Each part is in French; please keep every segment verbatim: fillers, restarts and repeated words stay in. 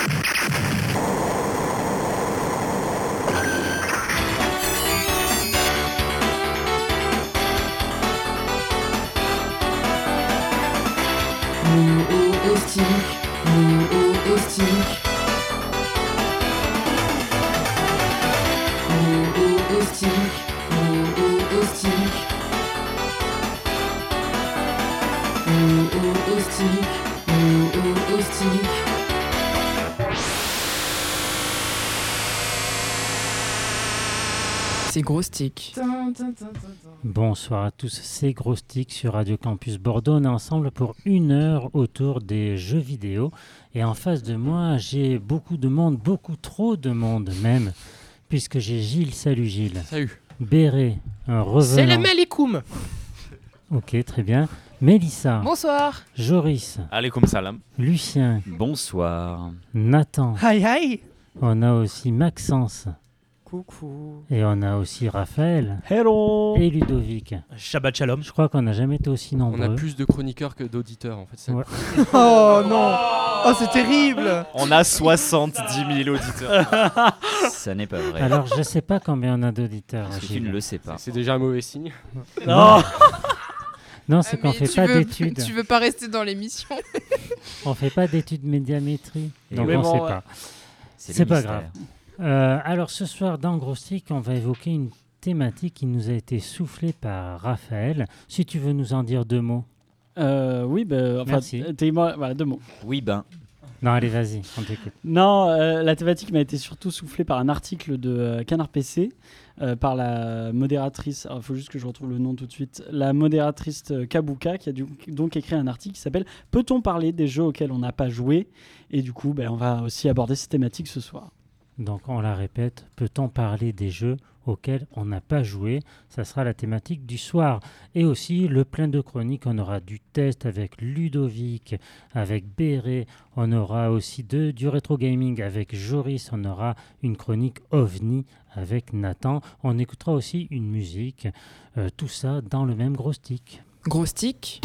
Néo-hostique, néo-hostique. Néo-hostique, néo-hostique. Néo-hostique, néo-hostique. C'est Grostic. Bonsoir à tous, c'est Grostic sur Radio Campus Bordeaux. On est ensemble pour une heure autour des jeux vidéo. Et en face de moi, j'ai beaucoup de monde, beaucoup trop de monde même, puisque j'ai Gilles. Salut Gilles. Salut. Béré, un revenant. Salam alaikum. Ok, très bien. Mélissa. Bonsoir. Joris. Alaikum salam. Lucien. Bonsoir. Nathan. Aïe aïe. On a aussi Maxence. Coucou. Et on a aussi Raphaël. Hello. Et Ludovic. Shabbat shalom. Je crois qu'on n'a jamais été aussi nombreux. On a plus de chroniqueurs que d'auditeurs en fait. C'est Ouais. Oh non. Oh c'est terrible. On a soixante-dix mille auditeurs. Ça n'est pas vrai. Alors, je ne sais pas combien on a d'auditeurs. Parce que tu Gilles. ne le sais pas. c'est déjà un mauvais signe. Non. Non, c'est Ah, qu'on mais fait tu pas veux- d'études. Tu veux pas rester dans l'émission? On fait pas d'études médiamétrie. Et Donc oui, on bon, sait ouais. pas. C'est, C'est le pas mystère. grave. Euh, alors ce soir dans Grostic, on va évoquer une thématique qui nous a été soufflée par Raphaël. Si tu veux nous en dire deux mots. Euh, oui, bah, enfin, Merci. t- t'es- moi, voilà, deux mots. Oui, ben. Non, allez, vas-y, on t'écoute. Non, euh, la thématique m'a été surtout soufflée par un article de euh, Canard P C, euh, par la modératrice, il faut juste que je retrouve le nom tout de suite, la modératrice euh, Kabuka, qui a du- donc écrit un article qui s'appelle « Peut-on parler des jeux auxquels on n'a pas joué ?» Et du coup, ben, on va aussi aborder cette thématique ce soir. Donc on la répète, peut-on parler des jeux auxquels on n'a pas joué? Ça sera la thématique du soir. Et aussi le plein de chroniques, on aura du test avec Ludovic, avec Béré, on aura aussi de, du rétro gaming avec Joris, on aura une chronique OVNI avec Nathan, on écoutera aussi une musique, euh, tout ça dans le même Grostic. Grostic.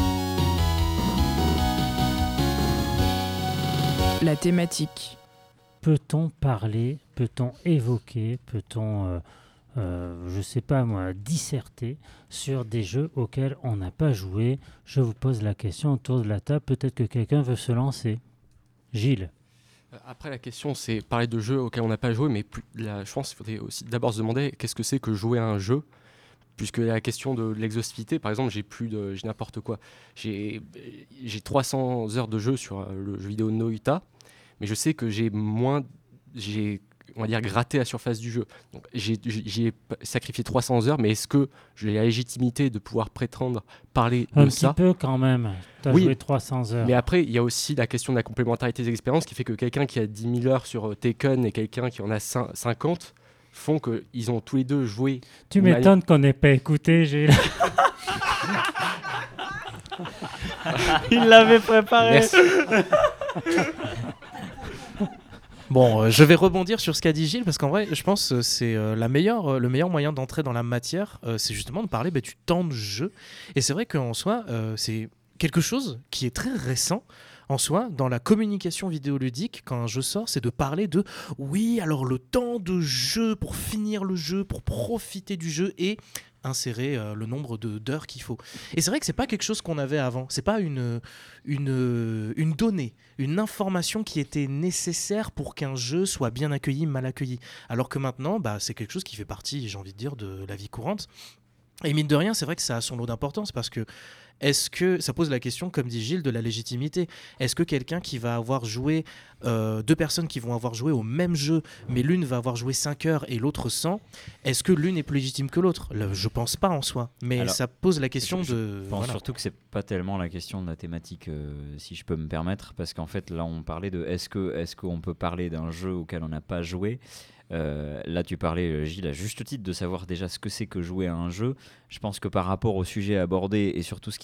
La thématique. Peut-on parler, peut-on évoquer, peut-on, euh, euh, je sais pas moi, disserter sur des jeux auxquels on n'a pas joué? Je vous pose la question autour de la table, peut-être que quelqu'un veut se lancer. Gilles. Euh, Après la question c'est parler de jeux auxquels on n'a pas joué, mais plus, là, je pense qu'il faudrait aussi d'abord se demander qu'est-ce que c'est que jouer à un jeu. Puisque la question de l'exhaustivité, par exemple, j'ai plus de, j'ai n'importe quoi. J'ai, j'ai trois cents heures de jeu sur euh, le jeu vidéo Noita, mais je sais que j'ai moins, j'ai, on va dire, gratté la surface du jeu. Donc j'ai, j'ai j'ai sacrifié trois cents heures, mais est-ce que j'ai la légitimité de pouvoir prétendre parler Un de petit ça? peu quand même. Tu as Oui. joué trois cents heures. Mais après, il y a aussi la question de la complémentarité des expériences qui fait que quelqu'un qui a dix mille heures sur euh, Tekken et quelqu'un qui en a cin- cinquante font qu'ils ont tous les deux joué. Tu Mais m'étonnes qu'on n'ait pas écouté, Gilles. Il l'avait préparé. Merci. Bon, euh, je vais rebondir sur ce qu'a dit Gilles parce qu'en vrai, je pense que c'est euh, la meilleure, euh, le meilleur moyen d'entrer dans la matière, euh, c'est justement de parler bah, du temps de jeu. Et c'est vrai qu'en soi, euh, c'est quelque chose qui est très récent. En soi, dans la communication vidéoludique, quand un jeu sort, c'est de parler de oui, alors le temps de jeu pour finir le jeu, pour profiter du jeu et insérer euh, le nombre de, d'heures qu'il faut. Et c'est vrai que c'est pas quelque chose qu'on avait avant. C'est pas une, une, une donnée, une information qui était nécessaire pour qu'un jeu soit bien accueilli, mal accueilli. Alors que maintenant, bah, c'est quelque chose qui fait partie, j'ai envie de dire, de la vie courante. Et mine de rien, c'est vrai que ça a son lot d'importance parce que est-ce que ça pose la question, comme dit Gilles, de la légitimité? Est-ce que quelqu'un qui va avoir joué, euh, deux personnes qui vont avoir joué au même jeu, mais l'une va avoir joué cinq heures et l'autre cent, est-ce que l'une est plus légitime que l'autre? Là, je pense pas en soi, mais Alors, ça pose la question je, de. Je pense voilà. surtout que c'est pas tellement la question de la thématique, euh, si je peux me permettre, parce qu'en fait là on parlait de est-ce que est-ce qu'on peut parler d'un jeu auquel on n'a pas joué. Euh, là tu parlais, Gilles, à juste titre de savoir déjà ce que c'est que jouer à un jeu. Je pense que par rapport au sujet abordé et surtout ce qui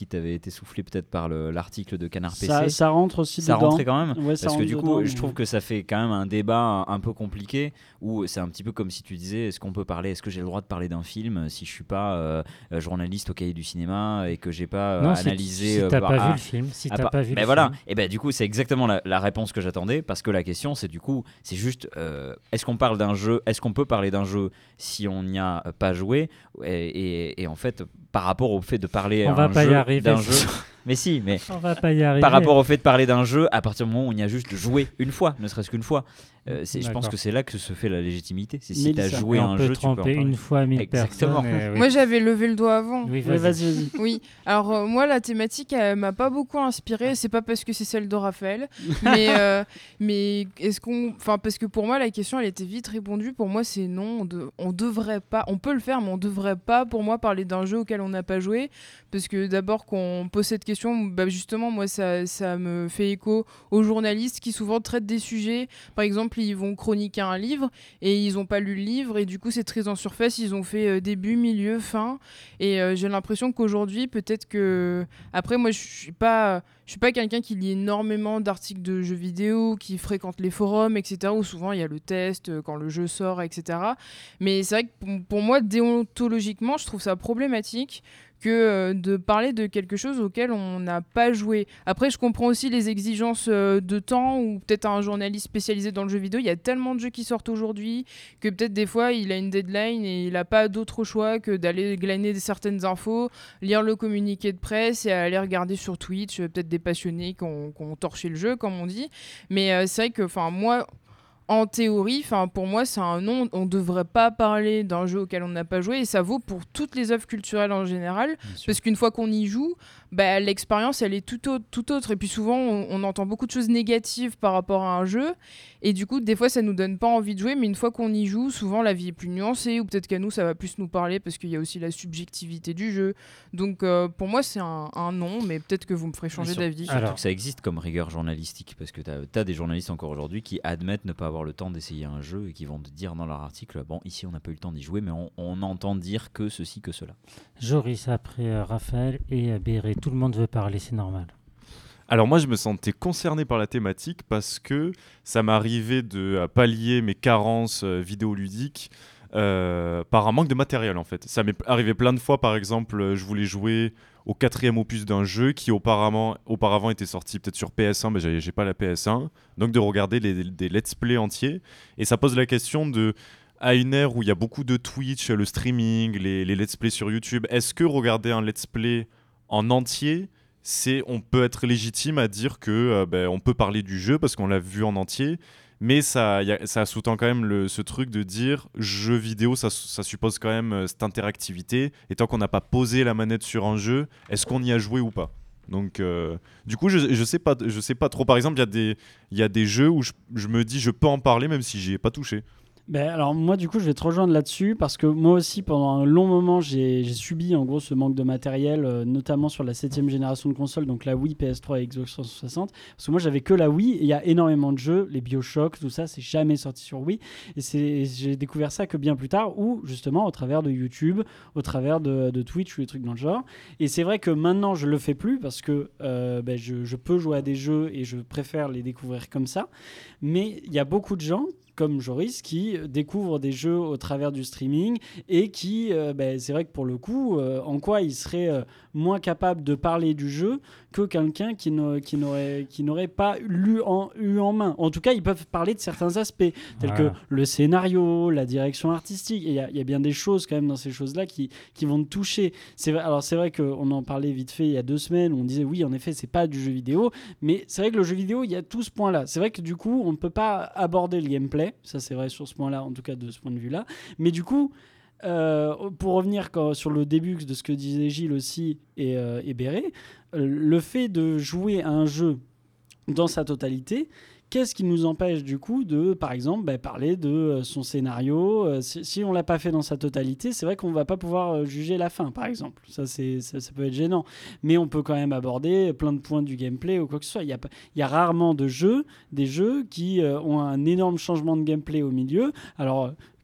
qui t'avait été soufflé peut-être par le, l'article de Canard P C. Ça, ça rentre aussi Ça dedans. rentrait quand même Ouais, ça parce que rentre du coup dedans, je mais- trouve que ça fait quand même un débat un, un peu compliqué où c'est un petit peu comme si tu disais est-ce qu'on peut parler, est-ce que j'ai le droit de parler d'un film si je suis pas euh, journaliste au cahier du cinéma et que j'ai pas euh, Non, si- analysé si euh, t'as par- pas ah, vu le film, si ah, t'as pas- pas vu ben le voilà, film. et ben du coup c'est exactement la, la réponse que j'attendais parce que la question c'est du coup c'est juste euh, est-ce qu'on parle d'un jeu, est-ce qu'on peut parler d'un jeu si on n'y a pas joué et, et, et en fait par rapport au fait de parler On à va un pas y jeu, arriver. d'un jeu mais si mais On va pas y arriver. par rapport au fait de parler d'un jeu à partir du moment où on y a juste joué une fois, ne serait-ce qu'une fois, euh, c'est, je pense D'accord. que c'est là que se fait la légitimité, c'est si tu as Mélissa. joué Et à on un peut jeu tu peux en tromper parler. une fois mille Exactement. personnes. et oui. Moi, j'avais levé le doigt avant. Oui, Ouais, vas-y. vas-y, vas-y. Oui, alors euh, moi la thématique elle m'a pas beaucoup inspirée, c'est pas parce que c'est celle de Raphaël, mais, euh, mais est-ce qu'on, enfin parce que pour moi la question elle était vite répondue, pour moi c'est non, on, de- on devrait pas, on peut le faire mais on devrait pas pour moi parler d'un jeu auquel on n'a pas joué, parce que d'abord qu'on pose cette question, bah, justement moi ça, ça me fait écho aux journalistes qui souvent traitent des sujets, par exemple ils vont chroniquer un livre et ils ont pas lu le livre et du coup c'est très en surface, ils ont fait euh, début, milieu, fin. Et euh, j'ai l'impression qu'aujourd'hui, peut-être que... Après, moi, je suis pas... Je suis pas quelqu'un qui lit énormément d'articles de jeux vidéo, qui fréquente les forums, et cetera, où souvent il y a le test, euh, quand le jeu sort, et cetera. Mais c'est vrai que pour- pour moi, déontologiquement, je trouve ça problématique que euh, de parler de quelque chose auquel on n'a pas joué. Après, je comprends aussi les exigences euh, de temps, ou peut-être un journaliste spécialisé dans le jeu vidéo. Il y a tellement de jeux qui sortent aujourd'hui que peut-être des fois, il a une deadline et il n'a pas d'autre choix que d'aller glaner certaines infos, lire le communiqué de presse et aller regarder sur Twitch, euh, peut-être des passionnés qui ont, qui ont torché le jeu, comme on dit. Mais euh, c'est vrai que, enfin, moi... En théorie, enfin pour moi c'est un non, on devrait pas parler d'un jeu auquel on n'a pas joué et ça vaut pour toutes les œuvres culturelles en général parce qu'une fois qu'on y joue, bah, l'expérience elle est tout autre, tout autre et puis souvent on, on entend beaucoup de choses négatives par rapport à un jeu et du coup des fois ça nous donne pas envie de jouer mais une fois qu'on y joue souvent la vie est plus nuancée ou peut-être qu'à nous ça va plus nous parler parce qu'il y a aussi la subjectivité du jeu donc euh, pour moi c'est un, un non mais peut-être que vous me ferez changer Sur- d'avis. Surtout Alors. que ça existe comme rigueur journalistique parce que tu as des journalistes encore aujourd'hui qui admettent ne pas avoir le temps d'essayer un jeu et qui vont te dire dans leur article bon ici on n'a pas eu le temps d'y jouer mais on, on entend dire que ceci que cela. Joris après euh, Raphaël et euh, Béré. Tout le monde veut parler, c'est normal. Alors moi, je me sentais concerné par la thématique parce que ça m'arrivait de euh, pallier mes carences euh, vidéoludiques euh, par un manque de matériel en fait. Ça m'est arrivé plein de fois, par exemple, euh, je voulais jouer au quatrième opus d'un jeu qui auparavant, auparavant était sorti peut-être sur P S un, mais j'ai, j'ai pas la P S un, donc de regarder les, des let's play entiers. Et ça pose la question de, à une ère où il y a beaucoup de Twitch, le streaming, les, les let's play sur YouTube, est-ce que regarder un let's play en entier, c'est, on peut être légitime à dire que euh, ben, on peut parler du jeu parce qu'on l'a vu en entier, mais ça, y a, ça sous-tend quand même le, ce truc de dire jeu vidéo, ça, ça suppose quand même euh, cette interactivité, et tant qu'on n'a pas posé la manette sur un jeu, est-ce qu'on y a joué ou pas? Donc euh, du coup je, je sais pas je sais pas trop, par exemple il y a des il y a des jeux où je, je me dis je peux en parler même si j'y ai pas touché. Ben, alors moi du coup je vais te rejoindre là-dessus parce que moi aussi pendant un long moment j'ai, j'ai subi en gros ce manque de matériel euh, notamment sur la septième génération de consoles, donc la Wii, P S trois et Xbox trois cent soixante, parce que moi j'avais que la Wii et il y a énormément de jeux, les BioShock, tout ça c'est jamais sorti sur Wii et c'est, j'ai découvert ça que bien plus tard ou justement au travers de YouTube, au travers de, de Twitch ou des trucs dans le genre. Et c'est vrai que maintenant je le fais plus parce que euh, ben, je, je peux jouer à des jeux et je préfère les découvrir comme ça, mais il y a beaucoup de gens comme Joris, qui découvre des jeux au travers du streaming et qui, euh, ben, c'est vrai que pour le coup, euh, en quoi il serait euh, moins capable de parler du jeu que quelqu'un qui, ne, qui, n'aurait, qui n'aurait pas lu en, eu en main. En tout cas, ils peuvent parler de certains aspects, tels Voilà. que le scénario, la direction artistique. Il y, a- il y a bien des choses quand même dans ces choses-là qui, qui vont te toucher. C'est vrai, alors c'est vrai qu'on en parlait vite fait il y a deux semaines, où on disait oui, en effet, c'est pas du jeu vidéo, mais c'est vrai que le jeu vidéo, il y a tout ce point-là. C'est vrai que du coup, on ne peut pas aborder le gameplay. Ça, c'est vrai sur ce point-là, en tout cas de ce point de vue-là. Mais du coup, euh, pour revenir quand- sur le début de ce que disait Gilles aussi et, euh, et Béré, euh, le fait de jouer à un jeu dans sa totalité, qu'est-ce qui nous empêche du coup de, par exemple, bah, parler de euh, son scénario euh, si, si on l'a pas fait dans sa totalité, c'est vrai qu'on va pas pouvoir euh, juger la fin, par exemple. Ça, c'est, ça, ça peut être gênant. Mais on peut quand même aborder plein de points du gameplay ou quoi que ce soit. Il y a, pas- il y a rarement de jeux, des jeux qui euh, ont un énorme changement de gameplay au milieu. Alors,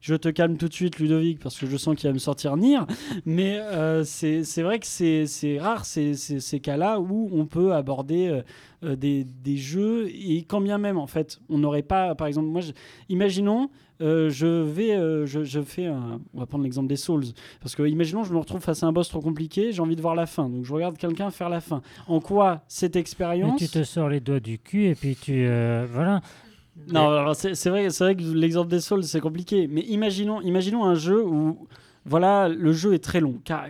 je te calme tout de suite, Ludovic, parce que je sens qu'il va me sortir Nier. Mais euh, c'est, c'est vrai que c'est, c'est rare ces, ces, ces cas-là où on peut aborder euh, des, des jeux, et quand bien même, en fait, on n'aurait pas, par exemple, moi, je, imaginons, euh, je vais, euh, je, je fais un, on va prendre l'exemple des Souls, parce que imaginons, je me retrouve face à un boss trop compliqué, j'ai envie de voir la fin, donc je regarde quelqu'un faire la fin. En quoi cette Mais expérience... tu te sors les doigts du cul et puis tu... euh, voilà. Non, alors c'est, c'est, vrai, c'est vrai que l'exemple des Souls, c'est compliqué. Mais imaginons, imaginons un jeu où voilà, le jeu est très long. car-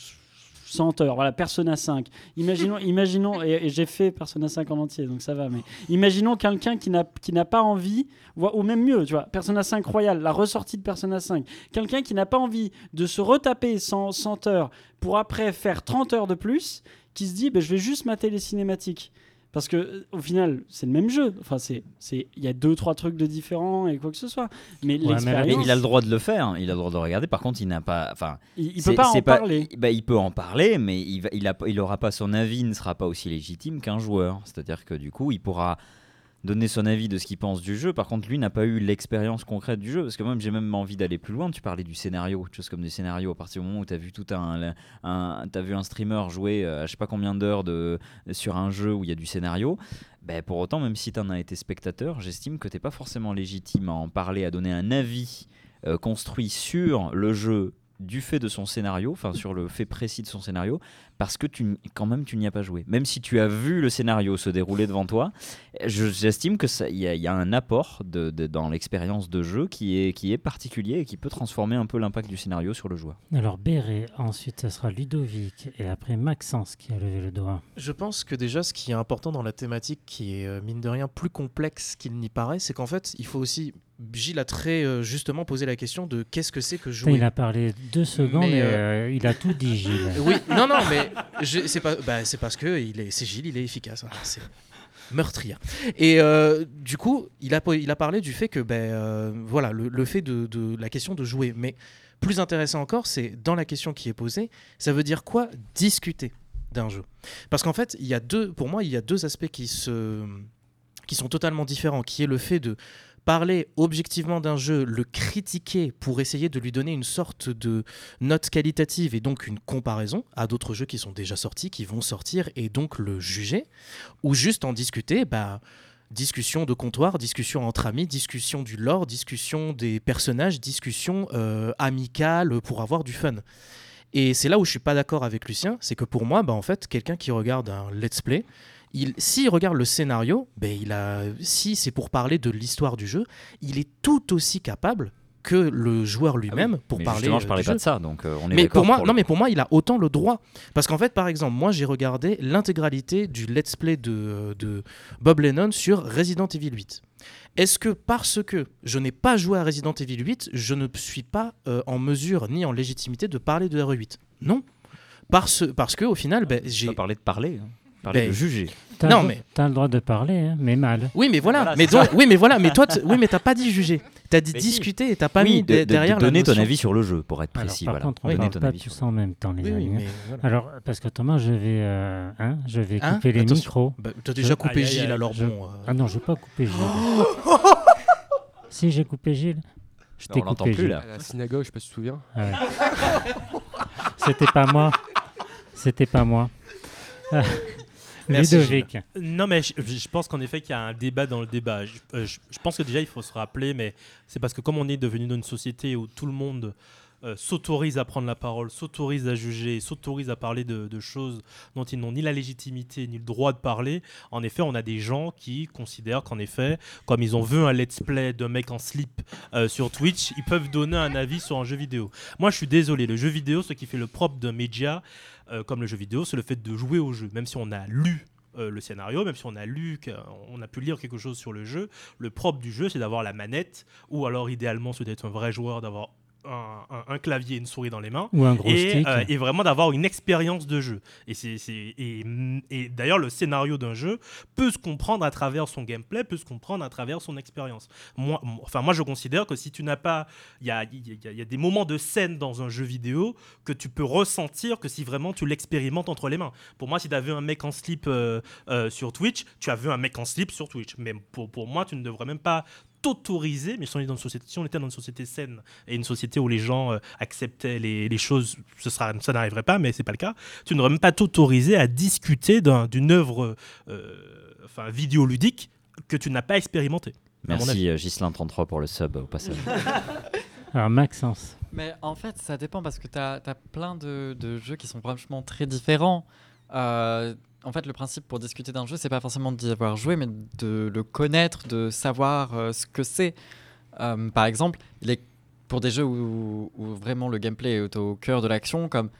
cent heures, voilà, Persona cinq. Imaginons, imaginons et, et j'ai fait Persona cinq en entier, donc ça va. Mais imaginons quelqu'un qui n'a, qui n'a pas envie, ou, ou même mieux, tu vois, Persona cinq Royal, la ressortie de Persona cinq. Quelqu'un qui n'a pas envie de se retaper cent, cent heures pour après faire trente heures de plus, qui se dit, ben, je vais juste mater les cinématiques. Parce que euh, au final, c'est le même jeu. Enfin, c'est, c'est, il y a deux, trois trucs de différents et quoi que ce soit. Mais Ouais, mais l'expérience, Mais il a le droit de le faire, il a le droit de le regarder. Par contre, il n'a pas. Enfin, il, il c'est- peut pas c'est en parler. il- bah, il peut en parler, mais il va, il a, il aura pas son avis, ne sera pas aussi légitime qu'un joueur. C'est-à-dire que du coup, il pourra donner son avis de ce qu'il pense du jeu. Par contre, lui n'a pas eu l'expérience concrète du jeu. Parce que même, j'ai même envie d'aller plus loin. Tu parlais du scénario, quelque chose comme des scénarios. À partir du moment où tu as vu tout un, un, t'as vu un streamer jouer euh, je sais pas combien d'heures de, sur un jeu où il y a du scénario. Ben, pour autant, même si tu en as été spectateur, j'estime que tu n'es pas forcément légitime à en parler, à donner un avis euh, construit sur le jeu du fait de son scénario, enfin sur le fait précis de son scénario, parce que tu, quand même tu n'y as pas joué. Même si tu as vu le scénario se dérouler devant toi, je- j'estime que ça- il y, a- il y a un apport de, de- dans l'expérience de jeu qui est, qui est particulier et qui peut transformer un peu l'impact du scénario sur le joueur. Alors Béré, ensuite ça sera Ludovic et après Maxence qui a levé le doigt. Je pense que déjà, ce qui est important dans la thématique, qui est euh, mine de rien plus complexe qu'il n'y paraît, c'est qu'en fait, il faut aussi. Gilles a très euh, justement posé la question de qu'est-ce que c'est que jouer. Il a parlé deux secondes Mais, et euh, euh, il a tout dit, Gilles. Oui, non, non, mais je- c'est pas, bah, c'est parce que il est, c'est Gilles, il est efficace. Voilà, c'est meurtrier. Et euh, du coup, il a, il a parlé du fait que, ben, euh, voilà, le, le fait de, de la question de jouer. Mais plus intéressant encore, c'est dans la question qui est posée, ça veut dire quoi discuter d'un jeu. Parce qu'en fait, il y a deux, pour moi, il y a deux aspects qui se, qui sont totalement différents, qui est le fait de parler objectivement d'un jeu, le critiquer pour essayer de lui donner une sorte de note qualitative et donc une comparaison à d'autres jeux qui sont déjà sortis, qui vont sortir et donc le juger, ou juste en discuter, bah, discussion de comptoir, discussion entre amis, discussion du lore, discussion des personnages, discussion euh, amicale pour avoir du fun. Et c'est là où je suis pas d'accord avec Lucien, c'est que pour moi, bah, en fait, quelqu'un qui regarde un let's play, il, s'il regarde le scénario, ben il a, si c'est pour parler de l'histoire du jeu, il est tout aussi capable que le joueur lui-même Ah oui, pour mais parler justement, je euh, parlais du pas jeu. de ça, donc euh, on est Mais d'accord. pour moi, pour non, le- mais pour moi, il a autant le droit. Parce qu'en fait, par exemple, moi, j'ai regardé l'intégralité du let's play de, de Bob Lennon sur Resident Evil huit. Est-ce que parce que je n'ai pas joué à Resident Evil huit, je ne suis pas euh, en mesure ni en légitimité de parler de R E huit? Non. Parce, parce que au final, ben, J'ai j'ai. pas parlé de parler, hein. Parler Ben, de juger. T'as Non, le- mais- t'as le droit de parler, hein, mais mal. Oui, mais voilà. Voilà, mais c'est donc, oui, mais voilà. Mais toi, t- oui, mais t'as pas dit juger. T'as dit Mais si. discuter et t'as pas oui, mis de, de- de- derrière de la donner ton notion. avis sur le jeu, pour être Alors, précis. par voilà. contre, on ne Donner parle ton pas avis sur tous en même temps, les Oui, oui, amis. mais voilà. Alors, parce que Thomas, je vais, euh, hein, je vais Hein couper les Attention. micros. Bah, t'as déjà Je- coupé Aïe, aïe, Gilles, aïe, alors je- bon. euh, Ah non, je vais pas couper Gilles. Si j'ai coupé Gilles, je t'ai On l'entend coupé plus, Gilles. là. À la synagogue, je sais pas si tu te souviens. Ah ouais. C'était pas moi. C'était pas moi. Ah. Merci, Ludovic. Non, mais je, je pense qu'en effet qu'il y a un débat dans le débat. Je, euh, je- je pense que déjà il faut se rappeler, mais c'est parce que comme on est devenu dans une société où tout le monde euh, s'autorise à prendre la parole, s'autorise à juger, s'autorise à parler de, de choses dont ils n'ont ni la légitimité ni le droit de parler, en effet on a des gens qui considèrent qu'en effet, comme ils ont vu un let's play d'un mec en slip euh, sur Twitch, ils peuvent donner un avis sur un jeu vidéo. Moi je suis désolé, le jeu vidéo, ce qui fait le propre d'un média, Euh, comme le jeu vidéo, c'est le fait de jouer au jeu. Même si on a lu euh, le scénario, même si on a lu, on a pu lire quelque chose sur le jeu, le propre du jeu, c'est d'avoir la manette, ou alors idéalement, si vous êtes un vrai joueur, d'avoir un, un- un clavier et une souris dans les mains. Ou un gros Et, stick. euh, et vraiment d'avoir une expérience de jeu. Et, c'est, c'est- et, et d'ailleurs, le scénario d'un jeu peut se comprendre à travers son gameplay, peut se comprendre à travers son expérience. Moi, m- enfin, moi, je considère que si tu n'as pas... Il y a, il y a- il y a des moments de scène dans un jeu vidéo que tu peux ressentir que si vraiment tu l'expérimentes entre les mains. Pour moi, si tu as vu un mec en slip euh, euh, sur Twitch, tu as vu un mec en slip sur Twitch. Mais pour, pour moi, tu ne devrais même pas t'autoriser, mais si on, est dans une société, si on était dans une société saine et une société où les gens euh, acceptaient les, les choses, ce sera, ça n'arriverait pas, mais c'est pas le cas. Tu n'aurais même pas t'autoriser à discuter d'un, d'une œuvre euh, enfin, vidéoludique que tu n'as pas expérimentée. Merci euh, Ghislain trente-trois pour le sub au passage. Alors Maxence. Mais en fait, ça dépend parce que tu as plein de, de jeux qui sont franchement très différents. Euh, en fait, le principe pour discuter d'un jeu, c'est pas forcément d'y avoir joué, mais de le connaître, de savoir euh, ce que c'est. Euh, par exemple, les, pour des jeux où, où vraiment le gameplay est au cœur de l'action, comme,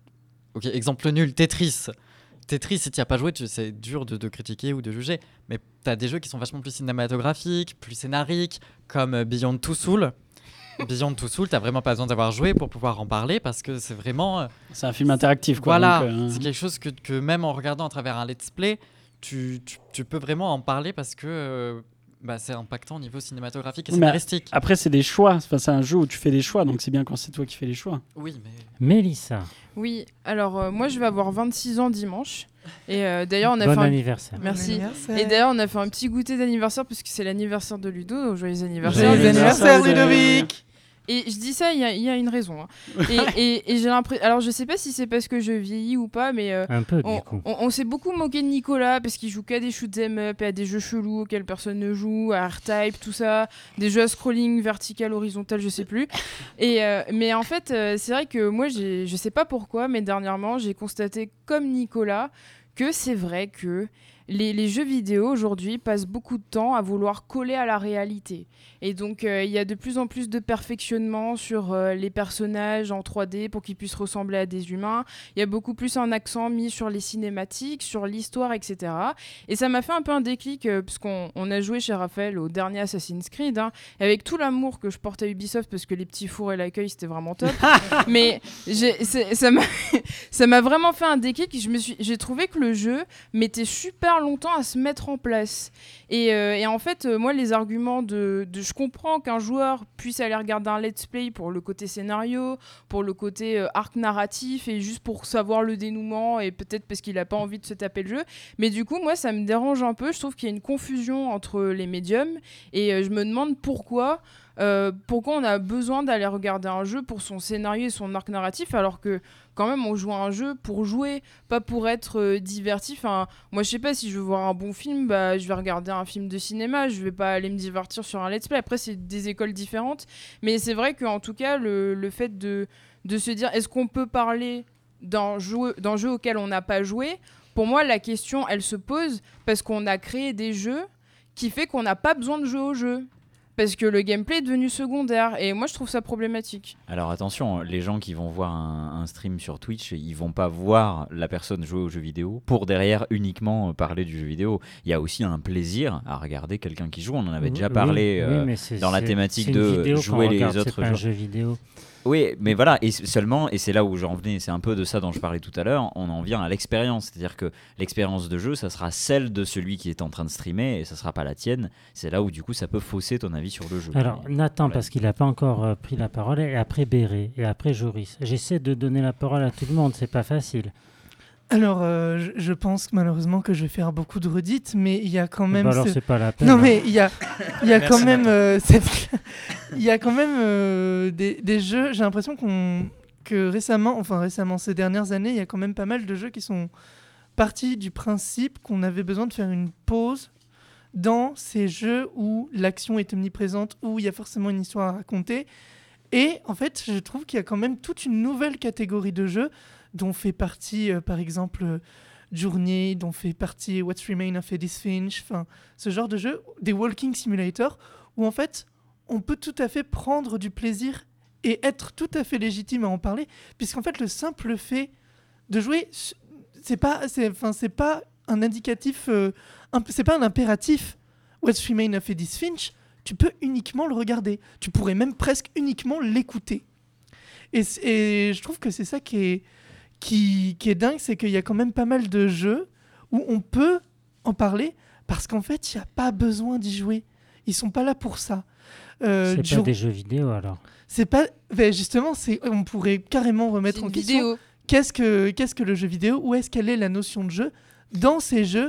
ok, exemple nul, Tetris. Tetris, si tu n'y as pas joué, tu, c'est dur de, de critiquer ou de juger. Mais tu as des jeux qui sont vachement plus cinématographiques, plus scénariques, comme Beyond Two Souls. Beyond Two Souls, t'as vraiment pas besoin d'avoir joué pour pouvoir en parler parce que c'est vraiment. Euh, c'est un film interactif, quoi. Voilà, donc, euh... c'est quelque chose que, que même en regardant à travers un let's play, tu, tu, tu peux vraiment en parler parce que euh, bah, c'est impactant au niveau cinématographique et mais scénaristique. Après, c'est des choix. Enfin, c'est un jeu où tu fais des choix, donc c'est bien quand c'est toi qui fais les choix. Oui, mais. Mélissa. Oui, alors euh, moi je vais avoir vingt-six ans dimanche. Et euh, d'ailleurs, on a bon fait un... anniversaire. Merci. Bon anniversaire. Et d'ailleurs, on a fait un petit goûter d'anniversaire parce que c'est l'anniversaire de Ludo. Donc joyeux anniversaire. Joyeux anniversaire, Ludovic. Et je dis ça, il y, y a une raison. Hein. Et, et, et j'ai l'impression. Alors, je sais pas si c'est parce que je vieillis ou pas, mais euh, un peu on, du coup. On, on s'est beaucoup moqué de Nicolas parce qu'il joue qu'à des shoot 'em up et à des jeux chelous auxquels personne ne joue, à R-Type, tout ça, des jeux à scrolling vertical, horizontal, je sais plus. Et euh, mais en fait, euh, c'est vrai que moi, j'ai, je sais pas pourquoi, mais dernièrement, j'ai constaté comme Nicolas que c'est vrai que les, les jeux vidéo aujourd'hui passent beaucoup de temps à vouloir coller à la réalité. Et donc, il euh, y a de plus en plus de perfectionnement sur euh, les personnages en trois D pour qu'ils puissent ressembler à des humains. Il y a beaucoup plus un accent mis sur les cinématiques, sur l'histoire, et cetera. Et ça m'a fait un peu un déclic, euh, parce qu'on on a joué chez Raphaël au dernier Assassin's Creed, hein, avec tout l'amour que je porte à Ubisoft, parce que les petits fours et l'accueil, c'était vraiment top. Mais j'ai, c'est, ça, m'a, ça m'a vraiment fait un déclic. Je me suis, j'ai trouvé que le jeu mettait super longtemps à se mettre en place. Et, euh, et en fait, euh, moi, les arguments de, de... Je comprends qu'un joueur puisse aller regarder un let's play pour le côté scénario, pour le côté euh, arc narratif, et juste pour savoir le dénouement, et peut-être parce qu'il n'a pas envie de se taper le jeu. Mais du coup, moi, ça me dérange un peu. Je trouve qu'il y a une confusion entre les médiums, et euh, je me demande pourquoi... Euh, pourquoi on a besoin d'aller regarder un jeu pour son scénario et son arc narratif alors que quand même on joue à un jeu pour jouer, pas pour être euh, diverti. Enfin, moi je sais pas, si je veux voir un bon film, bah, je vais regarder un film de cinéma, je vais pas aller me divertir sur un let's play. Après c'est des écoles différentes, mais c'est vrai qu'en tout cas le, le fait de, de se dire est-ce qu'on peut parler d'un jeu, d'un jeu auquel on n'a pas joué, pour moi la question elle se pose parce qu'on a créé des jeux qui fait qu'on n'a pas besoin de jouer au jeu. Parce que le gameplay est devenu secondaire et moi je trouve ça problématique. Alors attention, les gens qui vont voir un, un stream sur Twitch, ils vont pas voir la personne jouer aux jeux vidéo pour derrière uniquement parler du jeu vidéo. Il y a aussi un plaisir à regarder quelqu'un qui joue. On en avait déjà parlé oui, euh, oui, c'est, dans la c'est, thématique c'est de vidéo, jouer les regarde, autres c'est pas jeux. Un jeu vidéo. Oui, mais voilà, et seulement, et c'est là où j'en venais, c'est un peu de ça dont je parlais tout à l'heure, on en vient à l'expérience, c'est-à-dire que l'expérience de jeu, ça sera celle de celui qui est en train de streamer, et ça sera pas la tienne, c'est là où du coup ça peut fausser ton avis sur le jeu. Alors Nathan, parce qu'il n'a pas encore euh, pris la parole, et après Béré, et après Joris. J'essaie de donner la parole à tout le monde, c'est pas facile. Alors, euh, je, je pense que malheureusement que je vais faire beaucoup de redites, mais il y a quand même... Bah alors ce... c'est pas la peine. Non, hein. mais il y a, il y a quand même... Euh, cette... il y a quand même euh, des, des jeux... J'ai l'impression qu'on, que récemment, enfin récemment, ces dernières années, il y a quand même pas mal de jeux qui sont partis du principe qu'on avait besoin de faire une pause dans ces jeux où l'action est omniprésente, où il y a forcément une histoire à raconter. Et en fait, je trouve qu'il y a quand même toute une nouvelle catégorie de jeux dont fait partie, euh, par exemple, euh, Journey, dont fait partie What's Remain of Edith Finch, enfin, ce genre de jeu, des walking simulators, où en fait, on peut tout à fait prendre du plaisir et être tout à fait légitime à en parler, puisqu'en fait, le simple fait de jouer, c'est pas, c'est, enfin, c'est pas un indicatif, euh, un, c'est pas un impératif. What's Remain of Edith Finch, tu peux uniquement le regarder. Tu pourrais même presque uniquement l'écouter. Et, et je trouve que c'est ça qui est Qui, qui est dingue, c'est qu'il y a quand même pas mal de jeux où on peut en parler parce qu'en fait, il n'y a pas besoin d'y jouer. Ils sont pas là pour ça. Euh, c'est jour... pas des jeux vidéo alors. C'est pas. Ben justement, c'est. On pourrait carrément remettre c'est en une question vidéo. Qu'est-ce que qu'est-ce que le jeu vidéo, où est-ce qu'elle est la notion de jeu dans ces jeux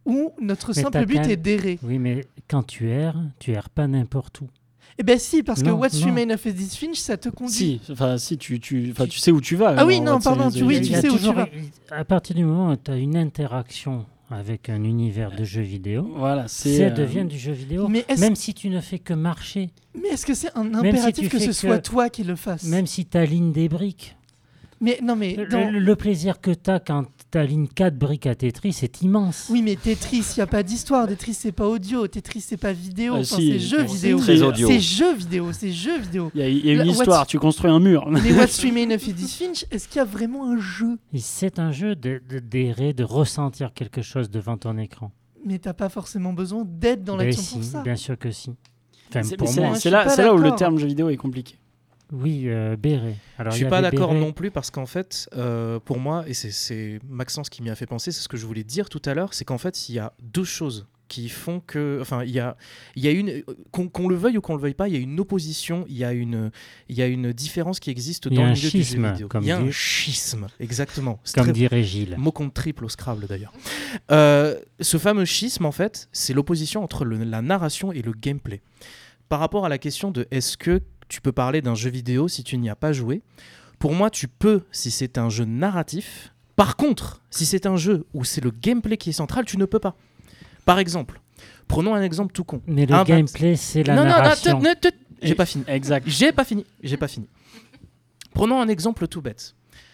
où notre Mais simple t'as but quand même- est d'errer. Oui, mais quand tu erres, tu erres pas n'importe où. Eh ben si, parce que Non, What's non. Remain of Edith Finch, ça te conduit. Si, enfin, si tu, tu, enfin, tu sais où tu vas. Ah oui, alors, non, What's pardon, Remains tu- of oui, Edith tu Il y a sais où tu toujours- vas. À partir du moment où tu as une interaction avec un univers de jeux vidéo, Voilà, c'est. ça euh, devient du jeu vidéo. Mais est-ce Même si tu ne fais que marcher, mais est-ce que c'est un si impératif tu que fais ce que- soit toi qui le fasses? même si tu alignes des briques. Mais non, mais Le, dans- le- le plaisir que tu as quand tu alignes quatre briques à Tetris, c'est immense. Oui, mais Tetris, il n'y a pas d'histoire. Tetris, c'est pas audio. Tetris, c'est pas vidéo. Ah, Enfin, si, c'est jeu c'est vidéo. très audio. C'est jeu vidéo. C'est jeu vidéo. Il y a, il y a une La- histoire, What's- tu construis un mur. Mais What's Remain of Edith Finch, est-ce qu'il y a vraiment un jeu? Et c'est un jeu de- de- d'errer, de, ressentir quelque chose devant ton écran. Mais t'as pas forcément besoin d'être dans Ben l'action si, pour ça. bien sûr que si. Enfin, C'est pour c'est- moi, je c'est suis là, pas c'est là où le d'accord. terme jeu vidéo est compliqué. oui, euh, béret. Alors, Je il y suis a pas des d'accord bérets. non plus parce qu'en fait, euh, pour moi, et c'est- c'est Maxence qui m'y a fait penser, c'est ce que je voulais dire tout à l'heure, c'est qu'en fait, il y a deux choses qui font que, enfin, il y a, il y a une, qu'on qu'on le veuille ou qu'on le veuille pas, il y a une opposition, il y a une, il y a une différence qui existe Il y a dans le un milieu du jeu schisme, vidéo. comme Il y a dit- un schisme, exactement. C'est Comme très- dirait Gilles. Mot contre triple au Scrabble d'ailleurs. Euh, ce fameux schisme, en fait, c'est l'opposition entre le- la narration et le gameplay. Par rapport à la question de est-ce que tu peux parler d'un jeu vidéo si tu n'y as pas joué, pour moi, tu peux si c'est un jeu narratif. Par contre, si c'est un jeu où c'est le gameplay qui est central, tu ne peux pas. Par exemple, prenons un exemple tout con. Mais le Un bat- gameplay, c'est la non, non, narration. non, te- ne te- j'ai pas fini. Exact. J'ai pas fini. J'ai pas fini. Prenons un exemple tout bête.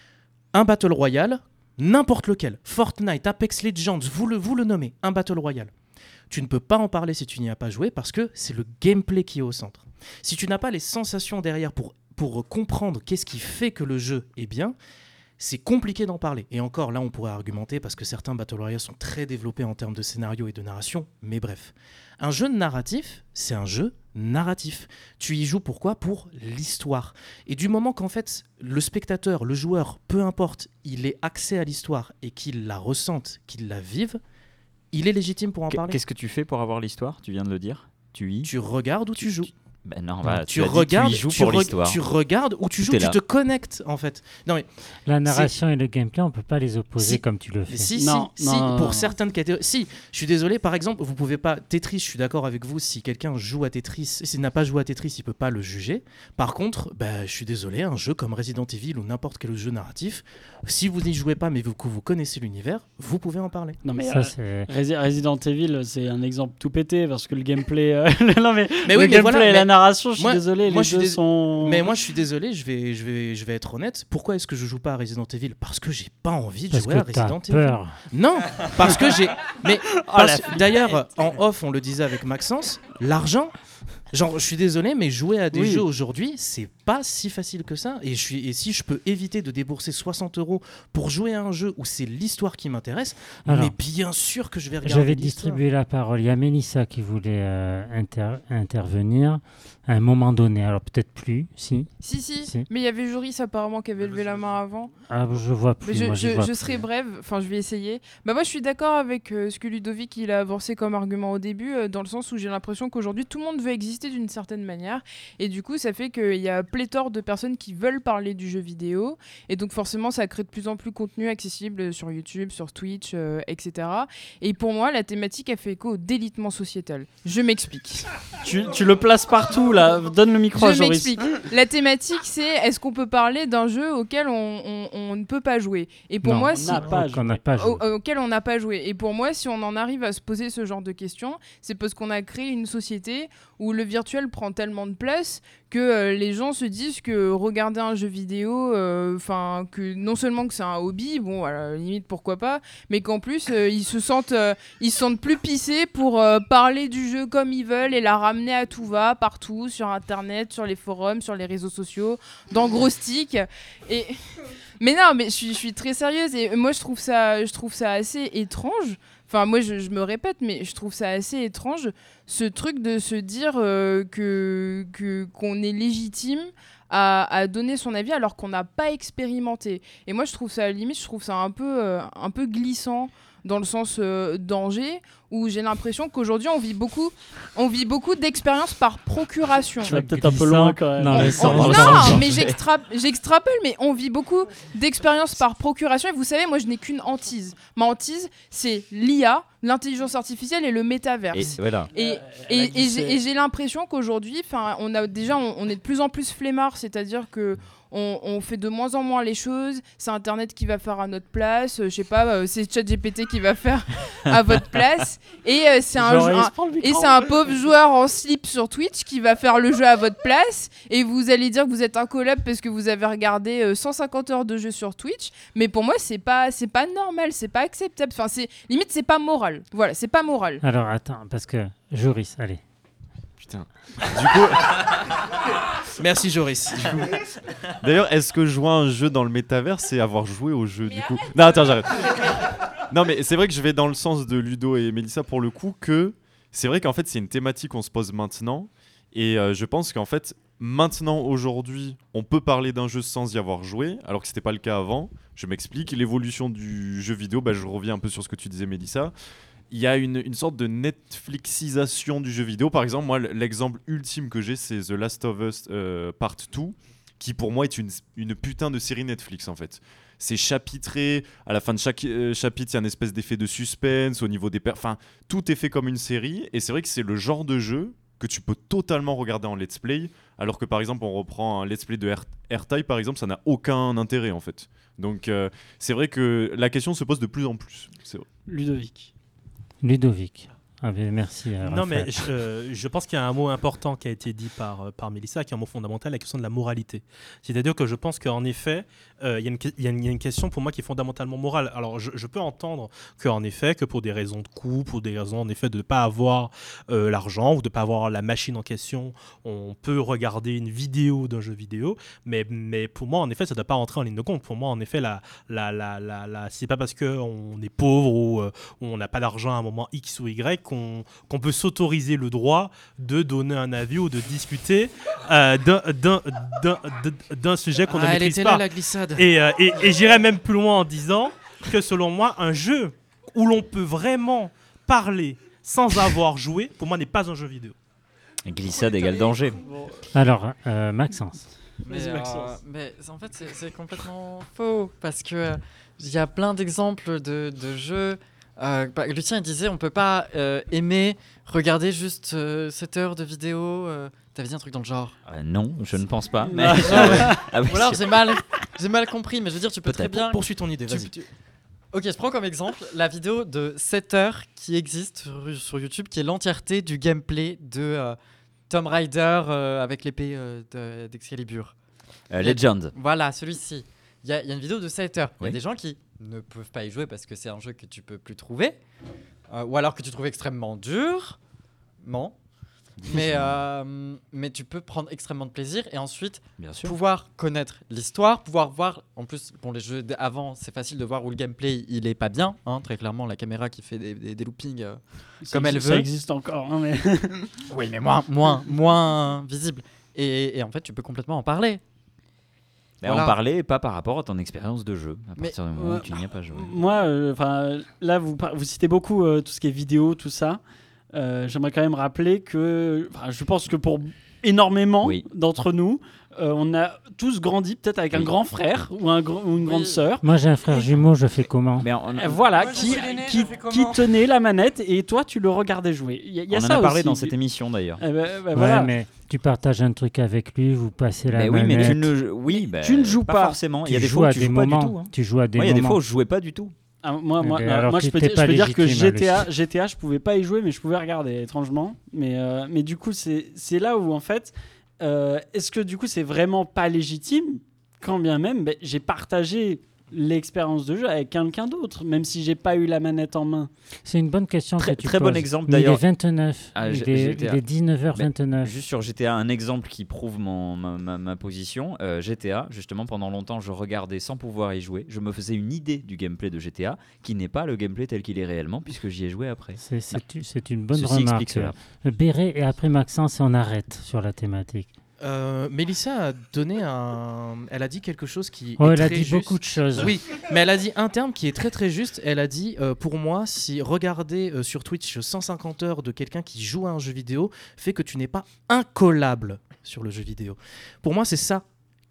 Un Battle Royale, n'importe lequel. Fortnite, Apex Legends, vous le, vous le nommez, un Battle Royale. Tu ne peux pas en parler si tu n'y as pas joué parce que c'est le gameplay qui est au centre. Si tu n'as pas les sensations derrière pour, pour comprendre qu'est-ce qui fait que le jeu est bien, c'est compliqué d'en parler. Et encore, là, on pourrait argumenter parce que certains Battle Royale sont très développés en termes de scénario et de narration, mais bref. Un jeu narratif, c'est un jeu narratif. Tu y joues pourquoi ? Pour l'histoire. Et du moment qu'en fait, le spectateur, le joueur, peu importe, il ait accès à l'histoire et qu'il la ressente, qu'il la vive, il est légitime pour en Qu- parler. Qu'est-ce que tu fais pour avoir l'histoire ? Tu viens de le dire. Tu y. Tu regardes ou tu joues. Ben non, voilà, tu, tu, as dit, regardes, tu y joues tu, pour re- l'histoire. tu regardes ou tu Tout joues, est tu là. te connectes en fait. Non mais La narration et le gameplay, on peut pas les opposer Si. comme tu le fais. si, Non, si, non, si, non, pour non. certaines catégories. Si, je suis désolé, par exemple, vous pouvez pas. Tetris, je suis d'accord avec vous, si quelqu'un joue à Tetris, s'il n'a pas joué à Tetris, il peut pas le juger. Par contre, bah, je suis désolé, un jeu comme Resident Evil ou n'importe quel jeu narratif, si vous n'y jouez pas mais vous, que vous connaissez l'univers, vous pouvez en parler. Non mais Ça, euh, c'est... Resi- Resident Evil, c'est un exemple tout pété parce que le gameplay, euh, non mais, Mais le oui, mais gameplay voilà, et la mais narration, je suis moi- désolé, moi, les je suis deux dés- sont. Mais moi, je suis désolé, je vais, je vais, je vais être honnête. Pourquoi est-ce que je joue pas à Resident Evil ? Parce que j'ai pas envie de Parce jouer à que t'as Resident Evil. peur. Non, parce que j'ai. Mais Oh, parce- d'ailleurs, en off, on le disait avec Maxence, l'argent. Genre, je suis désolé, mais jouer à des Oui. jeux aujourd'hui, c'est pas si facile que ça. Et, je suis, et si je peux éviter de débourser soixante euros pour jouer à un jeu où c'est l'histoire qui m'intéresse, Alors, mais bien sûr que je vais Je regarder. vais l'histoire. distribuer la parole. Il y a Mélissa qui voulait euh, inter- intervenir à un moment donné. Alors peut-être plus, si. Si, si, Si. mais il y avait Joris apparemment qui avait levé la main avant. Ah, je vois plus. Mais je, moi, j'y je- vois je plus. serai brève, enfin je vais essayer. Bah moi je suis d'accord avec euh, ce que Ludovic il a avancé comme argument au début, euh, dans le sens où j'ai l'impression qu'aujourd'hui tout le monde veut exister d'une certaine manière, et du coup ça fait qu'il y a pléthore de personnes qui veulent parler du jeu vidéo, et donc forcément ça crée de plus en plus de contenu accessible sur YouTube, sur Twitch, euh, et cetera. Et pour moi la thématique a fait écho au délitement sociétal. Je m'explique. Tu, tu le places partout là, donne le micro à Je Joris. m'explique. La thématique, c'est est-ce qu'on peut parler d'un jeu auquel on, on- on ne peut pas jouer ? Et pour Non, moi, on si, n'a pas Qu'on n'a pas joué. au- auquel on n'a pas joué. Et pour moi, si on en arrive à se poser ce genre de questions, c'est parce qu'on a créé une société où le virtuel prend tellement de place que euh, les gens se disent que regarder un jeu vidéo, enfin que non seulement que c'est un hobby, bon, voilà, limite pourquoi pas, mais qu'en plus euh, ils se sentent, euh, ils se sentent plus pissés pour euh, parler du jeu comme ils veulent et la ramener à tout va partout sur Internet, sur les forums, sur les réseaux sociaux, dans Gros Stick et mais non, mais je suis, je suis très sérieuse et moi je trouve ça, je trouve ça assez étrange. Enfin, moi je, je me répète, mais je trouve ça assez étrange ce truc de se dire euh, que, que qu'on est légitime à, à donner son avis alors qu'on n'a pas expérimenté. Et moi je trouve ça, à la limite, je trouve ça un peu, euh, un peu glissant dans le sens euh, danger, où j'ai l'impression qu'aujourd'hui on vit beaucoup, on vit beaucoup d'expériences par procuration. Tu vas peut-être un peu loin quand même. Non, mais On- sans- non, sans- mais j'extra- j'extrapole, mais on vit beaucoup d'expériences par procuration. Et vous savez, moi, je n'ai qu'une hantise. Ma hantise, c'est l'I A l'intelligence artificielle et le métaverse. Et voilà. Et, Euh, et, elle a et dit j'ai, c'est- et j'ai l'impression qu'aujourd'hui, enfin, on a déjà, on, on est de plus en plus flemmard, c'est-à-dire que on, on fait de moins en moins les choses. C'est Internet qui va faire à notre place. euh, je sais pas, euh, c'est ChatGPT qui va faire à votre place. Et euh, c'est un, Genre, jeu- il se un- prend le et micro. c'est un pauvre joueur en slip sur Twitch qui va faire le jeu à votre place. Et vous allez dire que vous êtes un collab parce que vous avez regardé euh, cent cinquante heures de jeu sur Twitch. Mais pour moi, c'est pas, c'est pas normal, c'est pas acceptable. Enfin, c'est limite, c'est pas moral. Voilà, c'est pas moral. Alors attends, parce que Joris, allez. Putain. Du coup, Merci Joris. d'ailleurs, est-ce que jouer à un jeu dans le métavers, c'est avoir joué au jeu du coup Non, attends, j'arrête. Non, mais c'est vrai que je vais dans le sens de Ludo et Mélissa pour le coup que c'est vrai qu'en fait, c'est une thématique qu'on se pose maintenant. Et euh, je pense qu'en fait, maintenant, aujourd'hui, on peut parler d'un jeu sans y avoir joué, alors que c'était pas le cas avant. Je m'explique. L'évolution du jeu vidéo, bah, je reviens un peu sur ce que tu disais, Mélissa. Il y a une, une sorte de Netflixisation du jeu vidéo. Par exemple, moi, l'exemple ultime que j'ai, c'est The Last of Us euh, Part deux, qui pour moi est une, une putain de série Netflix, en fait. C'est chapitré, à la fin de chaque euh, chapitre, il y a une espèce d'effet de suspense au niveau des... Per- enfin, tout est fait comme une série, et c'est vrai que c'est le genre de jeu que tu peux totalement regarder en let's play, alors que par exemple, on reprend un let's play de R- R-Type, par exemple, ça n'a aucun intérêt, en fait. Donc, euh, c'est vrai que la question se pose de plus en plus. C'est vrai. Ludovic. Ludovic. Ah ben, merci. euh, Non, mais Raphaël. je, euh, je pense qu'il y a un mot important qui a été dit par, euh, par Mélissa, qui est un mot fondamental, la question de la moralité. C'est-à-dire que je pense qu'en effet, euh, il y, a une que- il y a une- il y a une question pour moi qui est fondamentalement morale. Alors, je, je peux entendre qu'en effet, que pour des raisons de coût, pour des raisons en effet de ne pas avoir euh, l'argent ou de ne pas avoir la machine en question, on peut regarder une vidéo d'un jeu vidéo. Mais, mais pour moi, en effet, ça ne doit pas rentrer en ligne de compte. Pour moi, en effet, la, la, la, la, la, c'est pas parce qu'on est pauvre ou euh, ou on n'a pas d'argent à un moment X ou Y qu'on qu'on peut s'autoriser le droit de donner un avis ou de discuter euh, d'un- d'un- d'un d'un- d'un sujet qu'on ne Ah, elle maîtrise était pas. là la glissade. Et, euh, et, et j'irais même plus loin en disant que selon moi, un jeu où l'on peut vraiment parler sans avoir joué, pour moi, n'est pas un jeu vidéo. Glissade égale danger. Alors, euh, Maxence. Mais, Vas-y, euh, Maxence. mais en fait, c'est- c'est complètement faux parce que euh, il y a plein d'exemples de, de jeux. Euh, bah, Lucien il disait on peut pas euh, aimer regarder juste euh, sept heures de vidéo. Euh, T'avais dit un truc dans le genre. Euh, non, je ne pense pas. Mais... Ah, Ah oui, Ou alors c'est- j'ai mal, j'ai mal compris, mais je veux dire tu peux très Peut-être. bien. Poursuis ton idée, tu- vas-y. tu- Ok, je prends comme exemple la vidéo de sept heures qui existe sur, sur YouTube, qui est l'entièreté du gameplay de euh, Tomb Raider euh, avec l'épée euh, de- d'Excalibur. Euh, Legend. Voilà, celui-ci. Il y, a il y a une vidéo de sept heures. Il y Oui. a des gens qui ne peuvent pas y jouer parce que c'est un jeu que tu peux plus trouver, euh, ou alors que tu trouves extrêmement dur. Non. Mais, euh, mais tu peux prendre extrêmement de plaisir et ensuite Bien sûr. pouvoir connaître l'histoire, pouvoir voir. En plus, bon, les jeux d'avant, c'est facile de voir où le gameplay il est pas bien. Hein, très clairement, la caméra qui fait des, des, des loopings. euh, Ça Comme elle existe- veut. Ça existe encore, hein, mais. Oui, mais moins, moins, moins visible. Et, et en fait, tu peux complètement en parler. Mais Voilà. en parler, pas par rapport à ton expérience de jeu, à Mais, partir du moment euh, où tu n'y as pas joué. Moi, enfin, là, vous, par- vous citez beaucoup euh, tout ce qui est vidéo, tout ça. Euh, J'aimerais quand même rappeler que, enfin, je pense que pour énormément Oui. d'entre nous, euh, on a tous grandi peut-être avec un Oui. grand frère ou, un gr- ou une grande Oui. sœur. Moi, j'ai un frère jumeau, je fais comment? Mais on, Euh, Voilà, Moi, je qui, suis l'aîné, qui, je fais qui comment tenait la manette et toi, tu le regardais jouer. Il y a, il y a on en ça a parlé aussi. dans cette émission d'ailleurs. Eh ben, ben Ouais, voilà. mais tu partages un truc avec lui, vous passez la Mais oui, mais manette. tu ne, oui, bah, tu ne joues pas. forcément. Il y a Tu des joues fois où à tu des joues pas du moments. tout. hein. Tu joues à des Moi, il y a des moments. fois où je jouais pas du tout. Ah, moi, moi, Ok, euh, alors moi que je, peux t'es dire- pas je peux dire que légitime, G T A, Lucie. G T A, je pouvais pas y jouer, mais je pouvais regarder, étrangement. Mais, euh, mais du coup, c'est c'est là où, en fait, euh, est-ce que du coup, c'est vraiment pas légitime? Quand bien même, ben, j'ai partagé l'expérience de jeu avec quelqu'un d'autre, même si j'ai pas eu la manette en main. C'est une bonne question Très- que tu très bon poses. exemple, Mais d'ailleurs. Il est vingt-neuf. Ah, il, G- est, G T A. il est dix-neuf heures vingt-neuf. Juste sur G T A, un exemple qui prouve mon, ma, ma- ma position. Euh, G T A, justement, pendant longtemps, je regardais sans pouvoir y jouer. Je me faisais une idée du gameplay de G T A, qui n'est pas le gameplay tel qu'il est réellement, puisque j'y ai joué après. C'est c'est- c'est une bonne Ceci explique remarque. cela. Béret et après Maxence et on arrête sur la thématique. Euh, Mélissa a donné un. Elle a dit quelque chose qui. Oh, est elle a très dit juste. beaucoup de choses. Oui, mais elle a dit un terme qui est très très juste. Elle a dit euh, pour moi, si regarder euh, sur Twitch cent cinquante heures de quelqu'un qui joue à un jeu vidéo fait que tu n'es pas incollable sur le jeu vidéo. Pour moi, c'est ça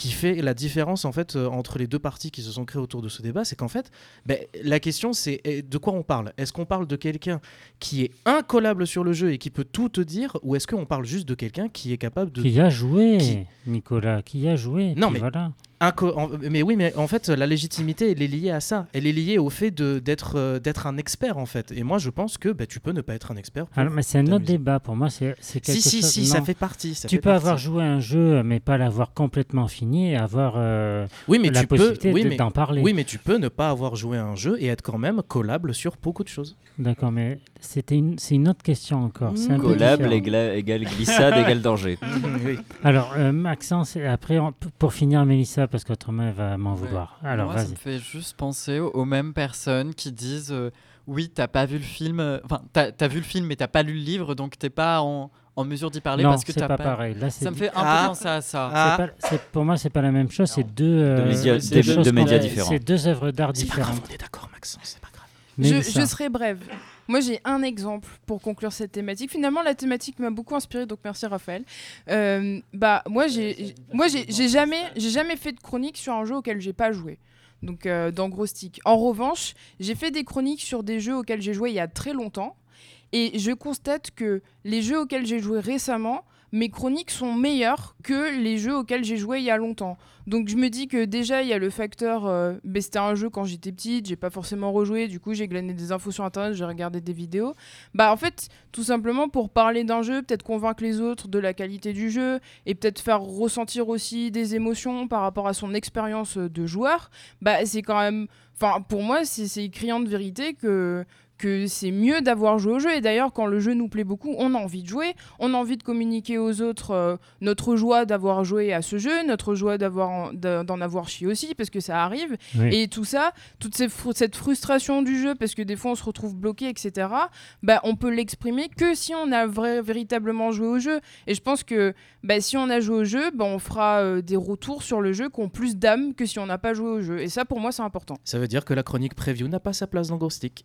qui fait la différence en fait euh, entre les deux parties qui se sont créées autour de ce débat, c'est qu'en fait, ben, la question c'est eh, de quoi on parle. Est-ce qu'on parle de quelqu'un qui est incollable sur le jeu et qui peut tout te dire, ou est-ce qu'on parle juste de quelqu'un qui est capable de... Qui a joué, Qui- Nicolas, qui a joué. Non, puis mais- voilà. Inco- en- mais oui, mais en fait, la légitimité, elle est liée à ça. Elle est liée au fait de, d'être, euh, d'être un expert, en fait. Et moi, je pense que bah, tu peux ne pas être un expert. pour Alors, mais c'est un autre t'amuser. débat. Pour moi, c'est c'est quelque Si, si, chose... si, ça non. fait partie. Ça Tu fait peux partie. avoir joué à un jeu, mais pas l'avoir complètement fini et avoir euh, oui, mais la tu peux, possibilité oui, de- mais, d'en parler. oui, mais tu peux ne pas avoir joué à un jeu et être quand même collable sur beaucoup de choses. D'accord, mais c'était une, c'est une autre question encore. C'est un peu Collab différent. égale, égale glissade égale danger. oui. Alors, euh, Maxence, et après, on- p- pour finir, Mélissa, parce qu'autrement, elle va m'en vouloir. Alors, Moi, ça vas-y. me fait juste penser aux, aux mêmes personnes qui disent euh, oui, t'as pas vu le film, euh, enfin, t'as as vu le film, mais t'as pas lu le livre, donc t'es pas en, en mesure d'y parler Non, parce que c'est t'as pas pas. pareil. Là, c'est Ça me di- fait un Ah. peu penser à ça. Ah. c'est pas- c'est- pour moi, c'est pas la même chose. C'est deux, euh, médias- c'est deux- choses deux médias qu'on- différents. C'est deux œuvres d'art C'est pas grave, différentes. on est d'accord, Maxence, c'est pas grave. Je, Mélissa. je serai brève. Moi, j'ai un exemple pour conclure cette thématique. Finalement, la thématique m'a beaucoup inspiré, donc merci Raphaël. Euh, bah, moi, j'ai, moi, j'ai, j'ai jamais, j'ai jamais fait de chronique sur un jeu auquel j'ai pas joué. Donc, euh, dans Gros Stick. En revanche, j'ai fait des chroniques sur des jeux auxquels j'ai joué il y a très longtemps, et je constate que les jeux auxquels j'ai joué récemment, mes chroniques sont meilleures que les jeux auxquels j'ai joué il y a longtemps. Donc je me dis que déjà il y a le facteur, euh, ben, c'était un jeu quand j'étais petite, j'ai pas forcément rejoué, du coup j'ai glané des infos sur internet, j'ai regardé des vidéos. Bah en fait, tout simplement pour parler d'un jeu, peut-être convaincre les autres de la qualité du jeu et peut-être faire ressentir aussi des émotions par rapport à son expérience de joueur, bah c'est quand même, enfin pour moi c'est c'est criant de vérité que que c'est mieux d'avoir joué au jeu. Et d'ailleurs, quand le jeu nous plaît beaucoup, on a envie de jouer, on a envie de communiquer aux autres euh, notre joie d'avoir joué à ce jeu, notre joie d'avoir en- d'a- d'en avoir chié aussi, parce que ça arrive. Oui. Et tout ça, toute ces fru- cette frustration du jeu, parce que des fois on se retrouve bloqué, et cetera, bah, on peut l'exprimer que si on a vrai- véritablement joué au jeu. Et je pense que bah, si on a joué au jeu, bah, on fera euh, des retours sur le jeu qui ont plus d'âme que si on n'a pas joué au jeu. Et ça, pour moi, c'est important. Ça veut dire que la chronique preview n'a pas sa place dans Ghost Stick.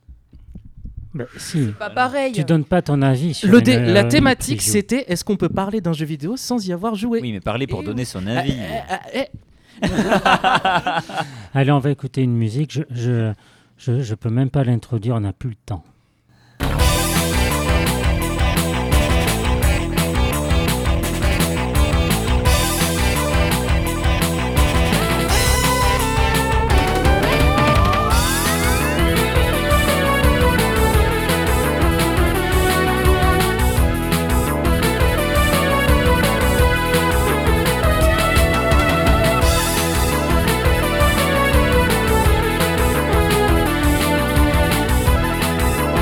Bah, si. Pas pareil. Tu donnes pas ton avis sur Le une, dé- euh, la une thématique, preview. c'était est-ce qu'on peut parler d'un jeu vidéo sans y avoir joué. Oui, mais parler pour Et- donner son Ah, avis. ah, ah, eh. Allez, on va écouter une musique. Je, je, je, je peux même pas l'introduire, on n'a plus le temps. Thank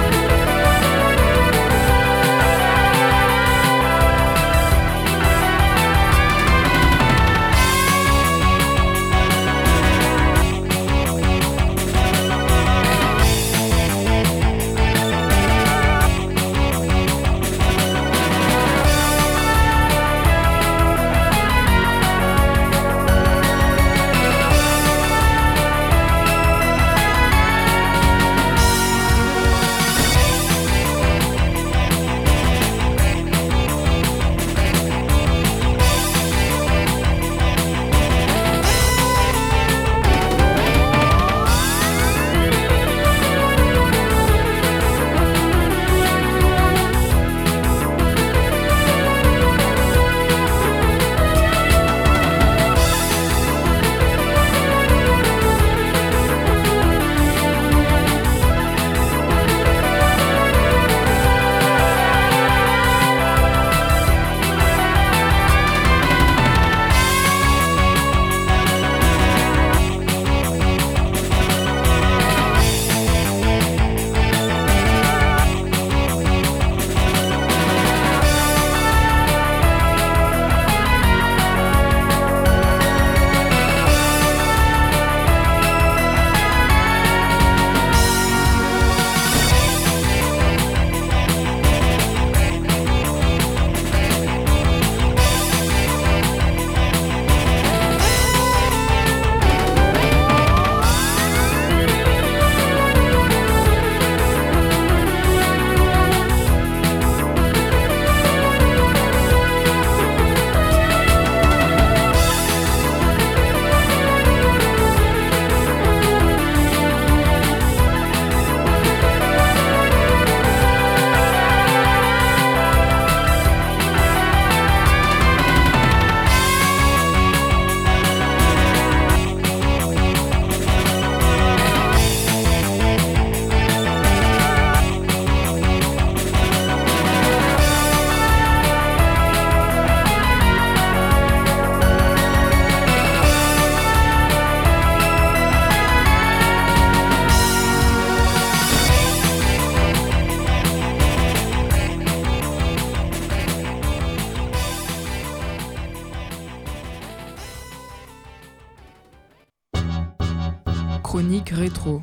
chronique rétro.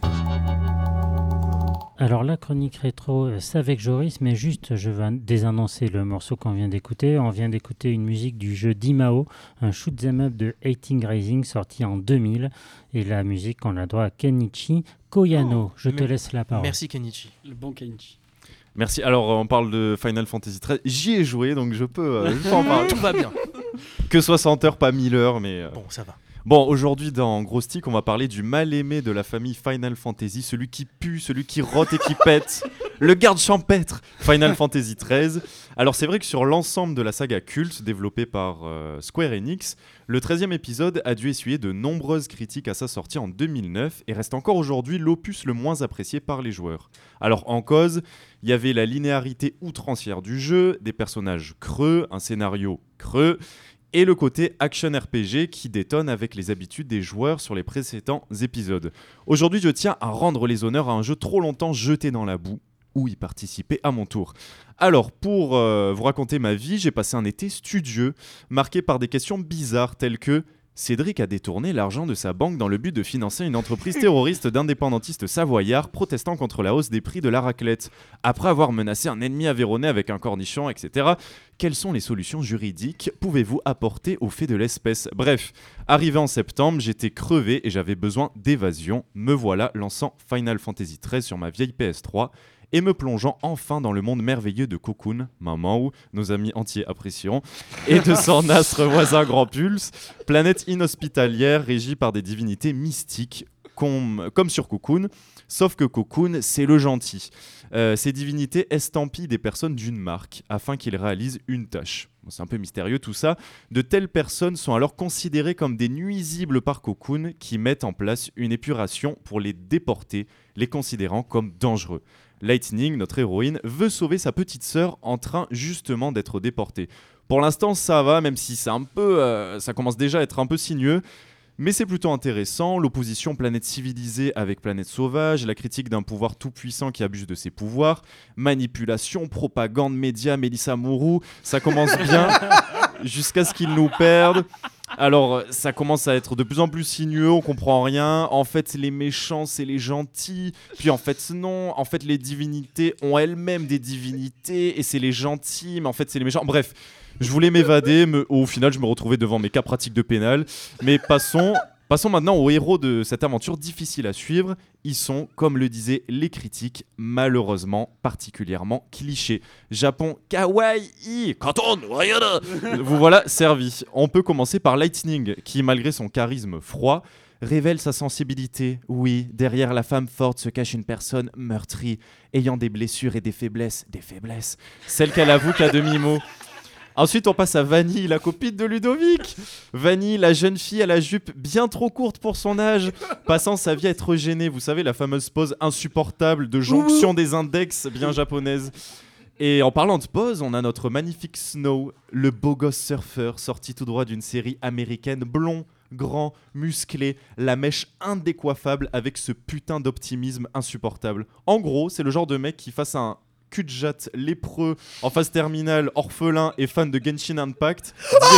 Alors la chronique rétro, euh, c'est avec Joris, mais juste je vais désannoncer le morceau qu'on vient d'écouter. On vient d'écouter une musique du jeu Dimao, un shoot'em up de eighteen Rising sorti en deux mille. Et la musique, on la doit à Kenichi Koyano. Oh, je te mais- laisse la parole. Merci Kenichi. Le bon Kenichi. Merci. Alors, on parle de Final Fantasy treize. J'y ai joué, donc je peux, euh, je peux en parler. Tout va bien. Que soixante heures, pas mille heures, mais... euh, Bon, ça va. Bon, aujourd'hui dans Gros Stick, on va parler du mal-aimé de la famille Final Fantasy, celui qui pue, celui qui rote et qui pète, le garde champêtre, Final Fantasy treize. Alors c'est vrai que sur l'ensemble de la saga culte développée par euh, Square Enix, le treizième épisode a dû essuyer de nombreuses critiques à sa sortie en deux mille neuf et reste encore aujourd'hui l'opus le moins apprécié par les joueurs. Alors en cause, il y avait la linéarité outrancière du jeu, des personnages creux, un scénario creux, et le côté action R P G qui détonne avec les habitudes des joueurs sur les précédents épisodes. Aujourd'hui, je tiens à rendre les honneurs à un jeu trop longtemps jeté dans la boue, ou y participer à mon tour. Alors, pour euh, vous raconter ma vie, j'ai passé un été studieux, marqué par des questions bizarres telles que Cédric a détourné l'argent de sa banque dans le but de financer une entreprise terroriste d'indépendantistes savoyards protestant contre la hausse des prix de la raclette, après avoir menacé un ennemi aveyronais avec un cornichon, et cetera. Quelles sont les solutions juridiques pouvez-vous apporter au fait de l'espèce ? Bref, arrivé en septembre, j'étais crevé et j'avais besoin d'évasion. Me voilà lançant Final Fantasy treize sur ma vieille P S trois et me plongeant enfin dans le monde merveilleux de Cocoon, maman ou nos amis entiers apprécieront, et de son astre voisin Grand Pulse, planète inhospitalière régie par des divinités mystiques, comme, comme sur Cocoon, sauf que Cocoon, c'est le gentil. Euh, ces divinités estampillent des personnes d'une marque, afin qu'ils réalisent une tâche. Bon, c'est un peu mystérieux tout ça. De telles personnes sont alors considérées comme des nuisibles par Cocoon, qui mettent en place une épuration pour les déporter, les considérant comme dangereux. Lightning, notre héroïne, veut sauver sa petite sœur en train justement d'être déportée. Pour l'instant, ça va, même si c'est un peu, euh, ça commence déjà à être un peu sinueux. Mais c'est plutôt intéressant, l'opposition planète civilisée avec planète sauvage, la critique d'un pouvoir tout-puissant qui abuse de ses pouvoirs, manipulation, propagande, médias, Mélissa Mourou, ça commence bien jusqu'à ce qu'ils nous perdent. Alors, ça commence à être de plus en plus sinueux, on comprend rien. En fait, les méchants, c'est les gentils. Puis en fait, non. En fait, les divinités ont elles-mêmes des divinités et c'est les gentils, mais en fait, c'est les méchants. Bref, je voulais m'évader, mais au final, je me retrouvais devant mes cas pratiques de pénal. Mais passons... Passons maintenant aux héros de cette aventure difficile à suivre. Ils sont, comme le disaient les critiques, malheureusement particulièrement clichés. Japon kawaii, Kanton, Wayana. Vous voilà servi. On peut commencer par Lightning, qui malgré son charisme froid, révèle sa sensibilité. Oui, derrière la femme forte se cache une personne meurtrie, ayant des blessures et des faiblesses. Des faiblesses. Celle qu'elle avoue qu'à demi-mot. Ensuite, on passe à Vanille, la copine de Ludovic. Vanille, la jeune fille à la jupe bien trop courte pour son âge, passant sa vie à être gênée. Vous savez, la fameuse pose insupportable de jonction des index bien japonaise. Et en parlant de pose, on a notre magnifique Snow, le beau gosse surfeur sorti tout droit d'une série américaine, blond, grand, musclé, la mèche indécoiffable avec ce putain d'optimisme insupportable. En gros, c'est le genre de mec qui, face à un cul-de-jatte lépreux en phase terminale, orphelin et fan de Genshin Impact,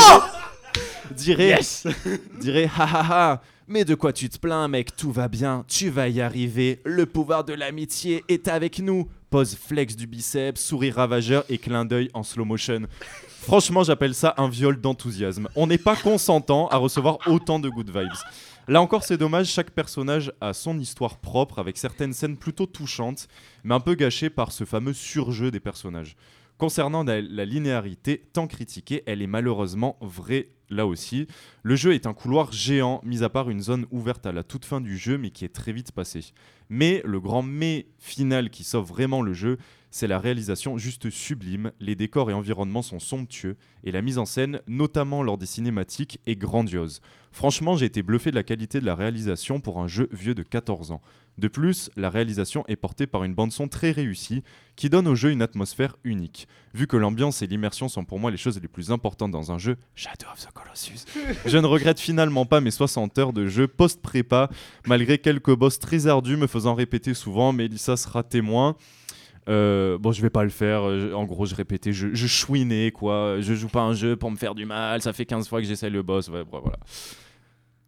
dirait, dirait, yes dirait ha ha ha, mais de quoi tu te plains mec, tout va bien, tu vas y arriver, le pouvoir de l'amitié est avec nous. Pose flex du biceps, sourire ravageur et clin d'œil en slow motion. Franchement, j'appelle ça un viol d'enthousiasme. On n'est pas consentant à recevoir autant de good vibes. Là encore, c'est dommage, chaque personnage a son histoire propre, avec certaines scènes plutôt touchantes, mais un peu gâchées par ce fameux surjeu des personnages. Concernant la, la linéarité, tant critiquée, elle est malheureusement vraie là aussi. Le jeu est un couloir géant, mis à part une zone ouverte à la toute fin du jeu, mais qui est très vite passée. Mais le grand mais final qui sauve vraiment le jeu, c'est la réalisation juste sublime, les décors et environnements sont somptueux, et la mise en scène, notamment lors des cinématiques, est grandiose. Franchement, j'ai été bluffé de la qualité de la réalisation pour un jeu vieux de quatorze ans. De plus, la réalisation est portée par une bande-son très réussie, qui donne au jeu une atmosphère unique. Vu que l'ambiance et l'immersion sont pour moi les choses les plus importantes dans un jeu, Shadow of the Colossus, je ne regrette finalement pas mes soixante heures de jeu post-prépa, malgré quelques boss très ardus me faisant répéter souvent, Mélissa sera témoin. Euh, bon, je vais pas le faire. En gros, je répétais, je, je chouinais quoi. Je joue pas un jeu pour me faire du mal. Ça fait quinze fois que j'essaye le boss. Ouais, voilà.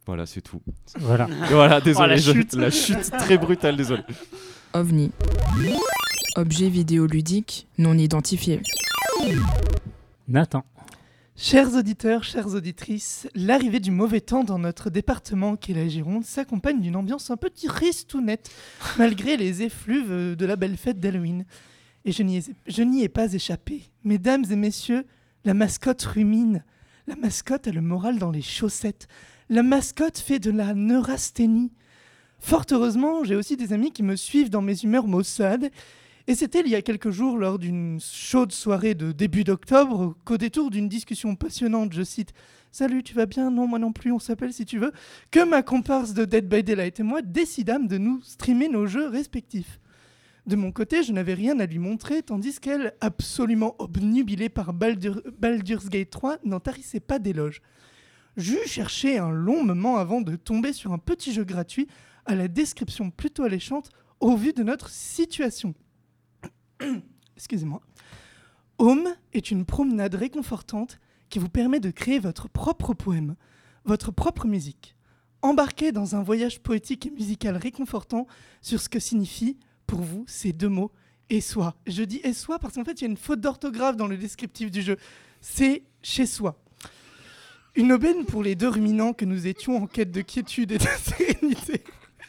Voilà, c'est tout. Voilà. Et voilà, désolé, Oh, la je- chute. la chute très brutale, désolé. OVNI. Objet vidéoludique non identifié. Nathan. Chers auditeurs, chères auditrices, l'arrivée du mauvais temps dans notre département qu'est la Gironde s'accompagne d'une ambiance un peu tristounette, malgré les effluves de la belle fête d'Halloween. Et je n'y ai, je n'y ai pas échappé. Mesdames et messieurs, la mascotte rumine. La mascotte a le moral dans les chaussettes. La mascotte fait de la neurasthénie. Fort heureusement, j'ai aussi des amis qui me suivent dans mes humeurs maussades. Et c'était il y a quelques jours, lors d'une chaude soirée de début d'octobre, qu'au détour d'une discussion passionnante, je cite « Salut, tu vas bien ? Non, moi non plus, on s'appelle si tu veux », que ma comparse de Dead by Daylight et moi décidâmes de nous streamer nos jeux respectifs. De mon côté, je n'avais rien à lui montrer, tandis qu'elle, absolument obnubilée par Baldur- Baldur's Gate trois, n'en tarissait pas d'éloges. J'eus cherché un long moment avant de tomber sur un petit jeu gratuit à la description plutôt alléchante au vu de notre situation. Excusez-moi. Home est une promenade réconfortante qui vous permet de créer votre propre poème, votre propre musique. Embarquez dans un voyage poétique et musical réconfortant sur ce que signifient, pour vous, ces deux mots, et soi. Je dis et soi parce qu'en fait, il y a une faute d'orthographe dans le descriptif du jeu. C'est chez soi. Une aubaine pour les deux ruminants que nous étions en quête de quiétude et de sérénité.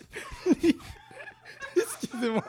Excusez-moi.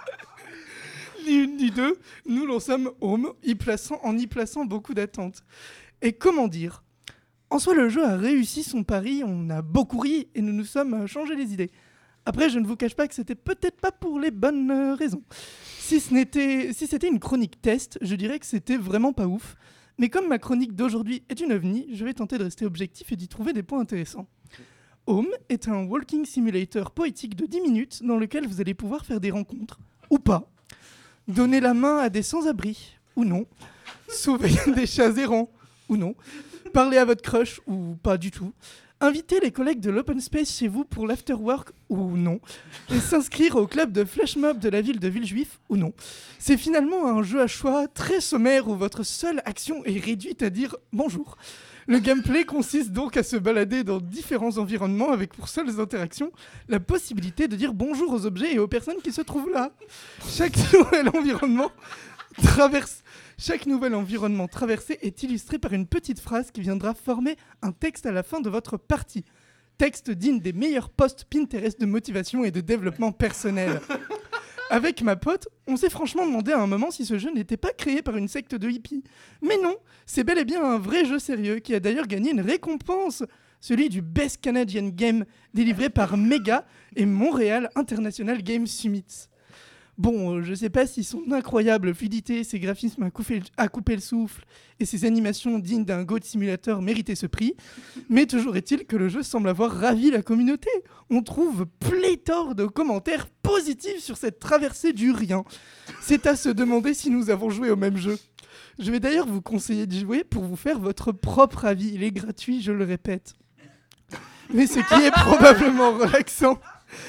Ni une ni deux, nous lançâmes Home y plaçant, en y plaçant beaucoup d'attentes. Et comment dire ? En soi, le jeu a réussi son pari, on a beaucoup ri et nous nous sommes changé les idées. Après, je ne vous cache pas que c'était peut-être pas pour les bonnes euh, raisons. Si, ce n'était, si c'était une chronique test, je dirais que c'était vraiment pas ouf. Mais comme ma chronique d'aujourd'hui est une ovni, je vais tenter de rester objectif et d'y trouver des points intéressants. Home est un walking simulator poétique de dix minutes dans lequel vous allez pouvoir faire des rencontres, ou pas. Donner la main à des sans-abri, ou non. Sauver des chats errants, ou non. Parler à votre crush, ou pas du tout. Inviter les collègues de l'open space chez vous pour l'afterwork, ou non. Et s'inscrire au club de flash mob de la ville de Villejuif, ou non. C'est finalement un jeu à choix très sommaire où votre seule action est réduite à dire bonjour. Le gameplay consiste donc à se balader dans différents environnements avec pour seules interactions la possibilité de dire bonjour aux objets et aux personnes qui se trouvent là. Chaque nouvel environnement traverse, chaque nouvel environnement traversé est illustré par une petite phrase qui viendra former un texte à la fin de votre partie. Texte digne des meilleurs posts Pinterest de motivation et de développement personnel. Avec ma pote, on s'est franchement demandé à un moment si ce jeu n'était pas créé par une secte de hippies. Mais non, c'est bel et bien un vrai jeu sérieux qui a d'ailleurs gagné une récompense, celui du Best Canadian Game, délivré par Mega et Montréal International Game Summit. Bon, euh, je sais pas si son incroyable fluidité, ses graphismes à couper, à couper le souffle et ses animations dignes d'un Goat Simulator méritaient ce prix, mais toujours est-il que le jeu semble avoir ravi la communauté. On trouve pléthore de commentaires positifs sur cette traversée du rien. C'est à se demander si nous avons joué au même jeu. Je vais d'ailleurs vous conseiller d'y jouer pour vous faire votre propre avis. Il est gratuit, je le répète. Mais ce qui est probablement relaxant...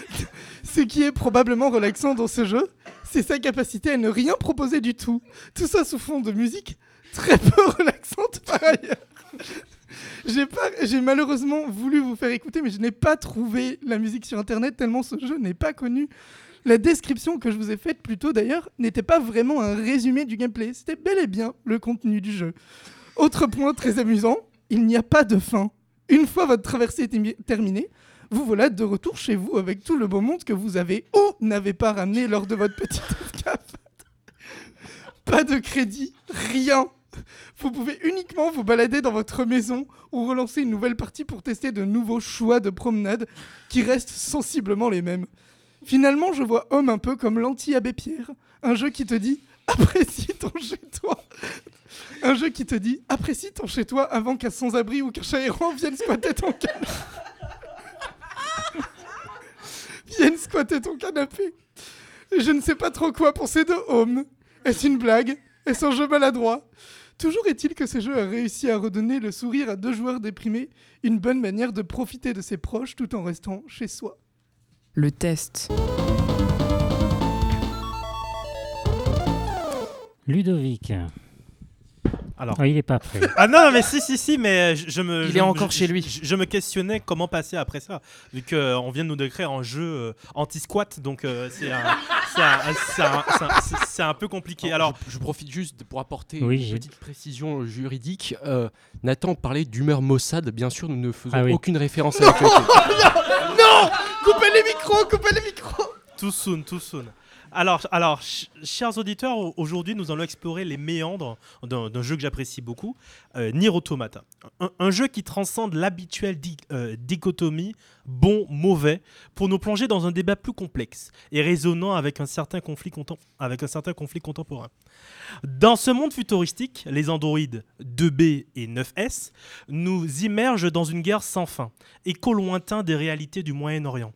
Ce qui est probablement relaxant dans ce jeu, c'est sa capacité à ne rien proposer du tout. Tout ça sous fond de musique très peu relaxante par ailleurs. J'ai, pas, j'ai malheureusement voulu vous faire écouter, mais je n'ai pas trouvé la musique sur internet tellement ce jeu n'est pas connu. La description que je vous ai faite plus tôt d'ailleurs n'était pas vraiment un résumé du gameplay, c'était bel et bien le contenu du jeu. Autre point très amusant, il n'y a pas de fin. Une fois votre traversée est terminée, vous voilà de retour chez vous avec tout le beau monde que vous avez ou n'avez pas ramené lors de votre petite escapade. Pas de crédit, rien. Vous pouvez uniquement vous balader dans votre maison ou relancer une nouvelle partie pour tester de nouveaux choix de promenade qui restent sensiblement les mêmes. Finalement, je vois Home un peu comme l'anti-Abbé Pierre, un jeu qui te dit « apprécie ton chez-toi ». Un jeu qui te dit « apprécie ton chez-toi avant qu'un sans-abri ou qu'un chat errant vienne squatter ton canapé ». Vienne squatter ton canapé. Je ne sais pas trop quoi penser de Home. Est-ce une blague ? Est-ce un jeu maladroit ? Toujours est-il que ce jeu a réussi à redonner le sourire à deux joueurs déprimés, une bonne manière de profiter de ses proches tout en restant chez soi. Le test. Ludovic. Alors. Ah, il est pas prêt. Ah non, non, mais si, si, si, mais je, je me. Il je, est encore je, chez lui. Je, je me questionnais comment passer après ça, vu qu'on vient de nous décrire un jeu euh, anti-squat, donc euh, c'est un, c'est un, c'est un, c'est un, c'est- c'est un peu compliqué. Alors, je, je profite juste pour apporter Oui, une j'ai- petite précision juridique. Euh, Nathan parlait d'humeur maussade. Bien sûr, nous ne faisons Ah oui. aucune référence à l'actualité. Non, coupez les micros, coupez les micros. too soon, too soon. Alors, alors ch- chers auditeurs, au- aujourd'hui, nous allons explorer les méandres d'un d'un jeu que j'apprécie beaucoup, euh, Nier Automata. Un, un jeu qui transcende l'habituelle di- euh, dichotomie bon-mauvais pour nous plonger dans un débat plus complexe et résonnant avec un certain conflit, contem- avec un certain conflit contemporain. Dans ce monde futuristique, les androïdes deux B et neuf S nous immergent dans une guerre sans fin, écho lointain des réalités du Moyen-Orient.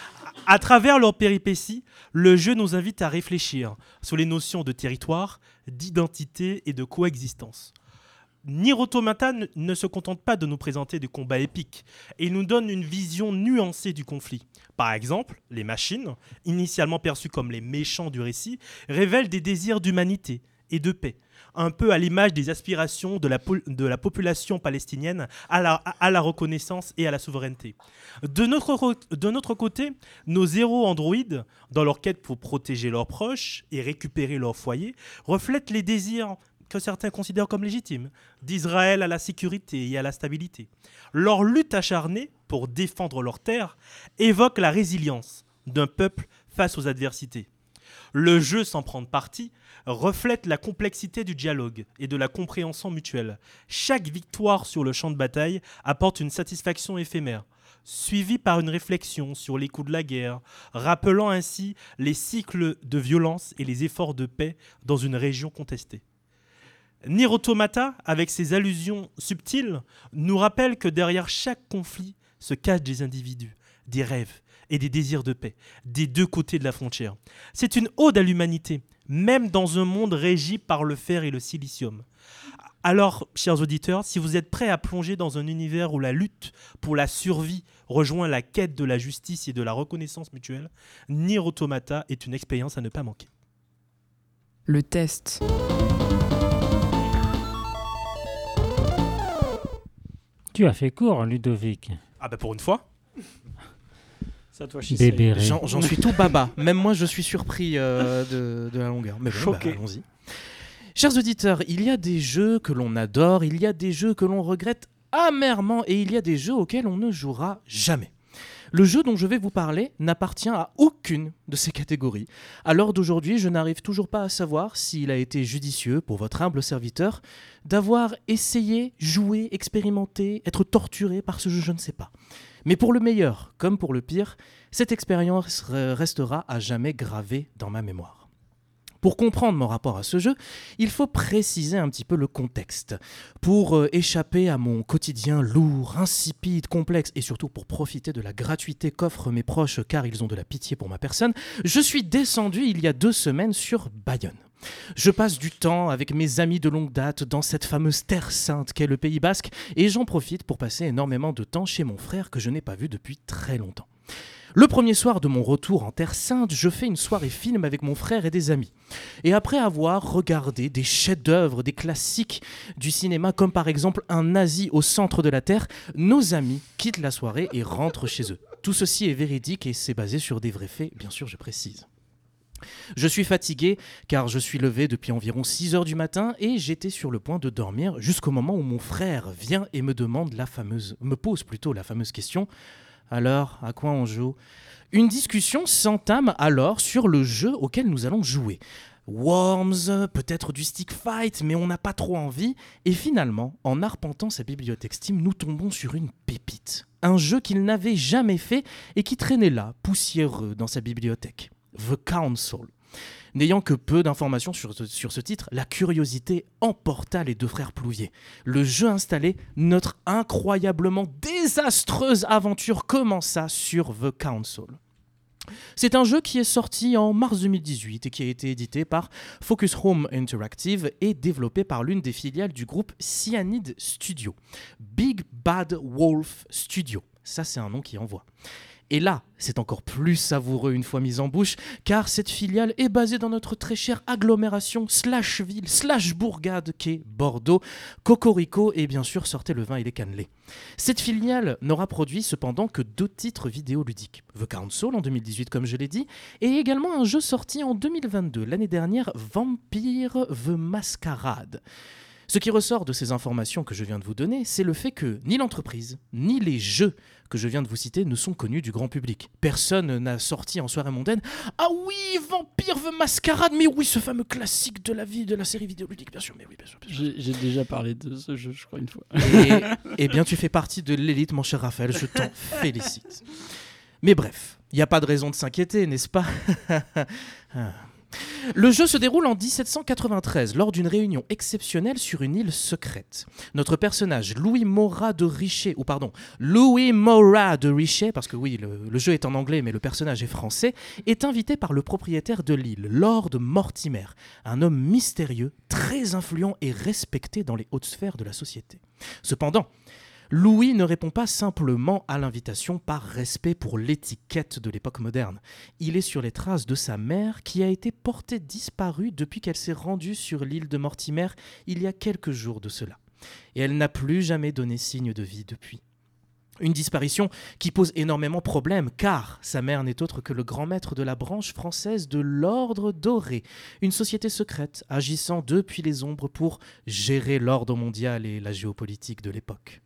À travers leurs péripéties, le jeu nous invite à réfléchir sur les notions de territoire, d'identité et de coexistence. Nier Automata ne, ne se contente pas de nous présenter des combats épiques, et il nous donne une vision nuancée du conflit. Par exemple, les machines, initialement perçues comme les méchants du récit, révèlent des désirs d'humanité et de paix, un peu à l'image des aspirations de la, po- de la population palestinienne à la, à la reconnaissance et à la souveraineté. De notre, co- de notre côté, nos héros androïdes, dans leur quête pour protéger leurs proches et récupérer leur foyer, reflètent les désirs que certains considèrent comme légitimes, d'Israël à la sécurité et à la stabilité. Leur lutte acharnée pour défendre leur terre évoque la résilience d'un peuple face aux adversités. Le jeu, sans prendre parti, reflète la complexité du dialogue et de la compréhension mutuelle. Chaque victoire sur le champ de bataille apporte une satisfaction éphémère, suivie par une réflexion sur les coûts de la guerre, rappelant ainsi les cycles de violence et les efforts de paix dans une région contestée. Nier Automata, avec ses allusions subtiles, nous rappelle que derrière chaque conflit se cachent des individus, des rêves et des désirs de paix, des deux côtés de la frontière. C'est une ode à l'humanité, même dans un monde régi par le fer et le silicium. Alors, chers auditeurs, si vous êtes prêts à plonger dans un univers où la lutte pour la survie rejoint la quête de la justice et de la reconnaissance mutuelle, Nier Automata est une expérience à ne pas manquer. Le test. Tu as fait court, Ludovic. Ah bah pour une fois. C'est à toi, Chissé. Bébé Ray. J'en j'en suis tout baba. Même moi, je suis surpris euh, de, de la longueur. Mais bon, Choqué. bah, allons-y. Chers auditeurs, il y a des jeux que l'on adore, il y a des jeux que l'on regrette amèrement et il y a des jeux auxquels on ne jouera jamais. Le jeu dont je vais vous parler n'appartient à aucune de ces catégories. À l'heure d'aujourd'hui, je n'arrive toujours pas à savoir s'il a été judicieux pour votre humble serviteur d'avoir essayé, joué, expérimenté, être torturé par ce jeu, je ne sais pas. Mais pour le meilleur comme pour le pire, cette expérience restera à jamais gravée dans ma mémoire. Pour comprendre mon rapport à ce jeu, il faut préciser un petit peu le contexte. Pour euh, échapper à mon quotidien lourd, insipide, complexe et surtout pour profiter de la gratuité qu'offrent mes proches car ils ont de la pitié pour ma personne, je suis descendu il y a deux semaines sur Bayonne. Je passe du temps avec mes amis de longue date dans cette fameuse terre sainte qu'est le Pays Basque et j'en profite pour passer énormément de temps chez mon frère que je n'ai pas vu depuis très longtemps. Le premier soir de mon retour en Terre Sainte, je fais une soirée film avec mon frère et des amis. Et après avoir regardé des chefs-d'œuvre, des classiques du cinéma, comme par exemple Un nazi au centre de la Terre, nos amis quittent la soirée et rentrent chez eux. Tout ceci est véridique et c'est basé sur des vrais faits, bien sûr, je précise. Je suis fatigué car je suis levé depuis environ six heures du matin et j'étais sur le point de dormir jusqu'au moment où mon frère vient et me demande la fameuse, me pose plutôt la fameuse question. Alors, à quoi on joue ? Une discussion s'entame alors sur le jeu auquel nous allons jouer. Worms, peut-être du stick fight, mais on n'a pas trop envie. Et finalement, en arpentant sa bibliothèque Steam, nous tombons sur une pépite. Un jeu qu'il n'avait jamais fait et qui traînait là, poussiéreux, dans sa bibliothèque. The Council. N'ayant que peu d'informations sur ce, sur ce titre, la curiosité emporta les deux frères Plouvier. Le jeu installé, notre incroyablement désastreuse aventure commença sur The Council. C'est un jeu qui est sorti en mars deux mille dix-huit et qui a été édité par Focus Home Interactive et développé par l'une des filiales du groupe Cyanide Studio. Big Bad Wolf Studio, ça c'est un nom qui envoie. Et là, c'est encore plus savoureux une fois mise en bouche, car cette filiale est basée dans notre très chère agglomération slash ville slash bourgade qu'est Bordeaux, Cocorico et bien sûr Sortez le vin et les cannelés. Cette filiale n'aura produit cependant que deux titres vidéoludiques, The Council en deux mille dix-huit comme je l'ai dit, et également un jeu sorti en deux mille vingt-deux, l'année dernière, Vampire the Masquerade. Ce qui ressort de ces informations que je viens de vous donner, c'est le fait que ni l'entreprise, ni les jeux que je viens de vous citer ne sont connus du grand public. Personne n'a sorti en soirée mondaine « Ah oui, Vampire the Masquerade, mais oui, ce fameux classique de la vie de la série vidéoludique, bien sûr, mais oui, bien sûr. Bien sûr. J'ai, j'ai déjà parlé de ce jeu, je crois, une fois. Et, eh bien, tu fais partie de l'élite, mon cher Raphaël, je t'en félicite. Mais bref, il n'y a pas de raison de s'inquiéter, n'est-ce pas? Le jeu se déroule en dix-sept cent quatre-vingt-treize, lors d'une réunion exceptionnelle sur une île secrète. Notre personnage, Louis Morat de Richet, ou pardon, Louis Morat de Richet, parce que oui, le, le jeu est en anglais, mais le personnage est français, est invité par le propriétaire de l'île, Lord Mortimer, un homme mystérieux, très influent et respecté dans les hautes sphères de la société. Cependant, Louis ne répond pas simplement à l'invitation par respect pour l'étiquette de l'époque moderne. Il est sur les traces de sa mère qui a été portée disparue depuis qu'elle s'est rendue sur l'île de Mortimer il y a quelques jours de cela. Et elle n'a plus jamais donné signe de vie depuis. Une disparition qui pose énormément de problèmes car sa mère n'est autre que le grand maître de la branche française de l'Ordre Doré, une société secrète agissant depuis les ombres pour gérer l'ordre mondial et la géopolitique de l'époque.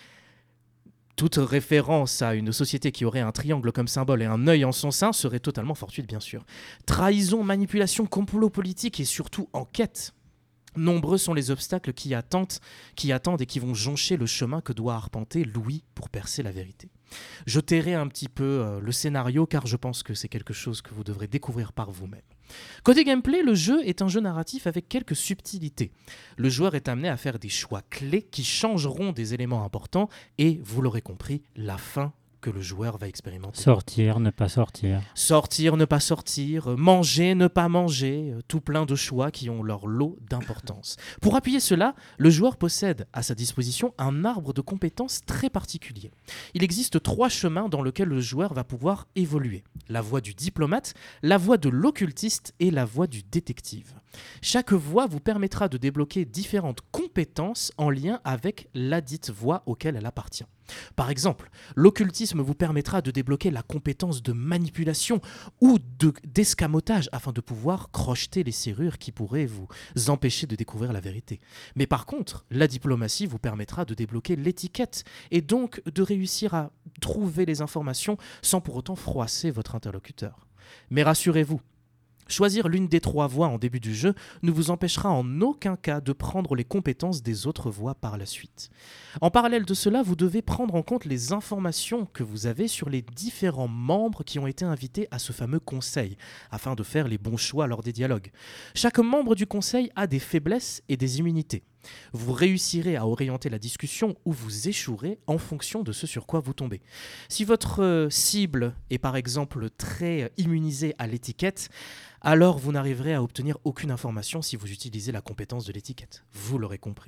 Toute référence à une société qui aurait un triangle comme symbole et un œil en son sein serait totalement fortuite, bien sûr. Trahison, manipulation, complot politique et surtout enquête. Nombreux sont les obstacles qui attendent, qui attendent et qui vont joncher le chemin que doit arpenter Louis pour percer la vérité. Je tairai un petit peu euh, le scénario car je pense que c'est quelque chose que vous devrez découvrir par vous-même. Côté gameplay, le jeu est un jeu narratif avec quelques subtilités. Le joueur est amené à faire des choix clés qui changeront des éléments importants et, vous l'aurez compris, la fin que le joueur va expérimenter. Sortir, ne pas sortir. Sortir, ne pas sortir, manger, ne pas manger, tout plein de choix qui ont leur lot d'importance. Pour appuyer cela, le joueur possède à sa disposition un arbre de compétences très particulier. Il existe trois chemins dans lesquels le joueur va pouvoir évoluer. La voie du diplomate, la voie de l'occultiste et la voie du détective. Chaque voie vous permettra de débloquer différentes compétences en lien avec ladite voie auquel elle appartient. Par exemple, l'occultisme vous permettra de débloquer la compétence de manipulation ou de, d'escamotage afin de pouvoir crocheter les serrures qui pourraient vous empêcher de découvrir la vérité. Mais par contre, la diplomatie vous permettra de débloquer l'étiquette et donc de réussir à trouver les informations sans pour autant froisser votre interlocuteur. Mais rassurez-vous, choisir l'une des trois voies en début du jeu ne vous empêchera en aucun cas de prendre les compétences des autres voies par la suite. En parallèle de cela, vous devez prendre en compte les informations que vous avez sur les différents membres qui ont été invités à ce fameux conseil, afin de faire les bons choix lors des dialogues. Chaque membre du conseil a des faiblesses et des immunités. Vous réussirez à orienter la discussion ou vous échouerez en fonction de ce sur quoi vous tombez. Si votre euh, cible est par exemple très euh, immunisée à l'étiquette, alors vous n'arriverez à obtenir aucune information si vous utilisez la compétence de l'étiquette. Vous l'aurez compris.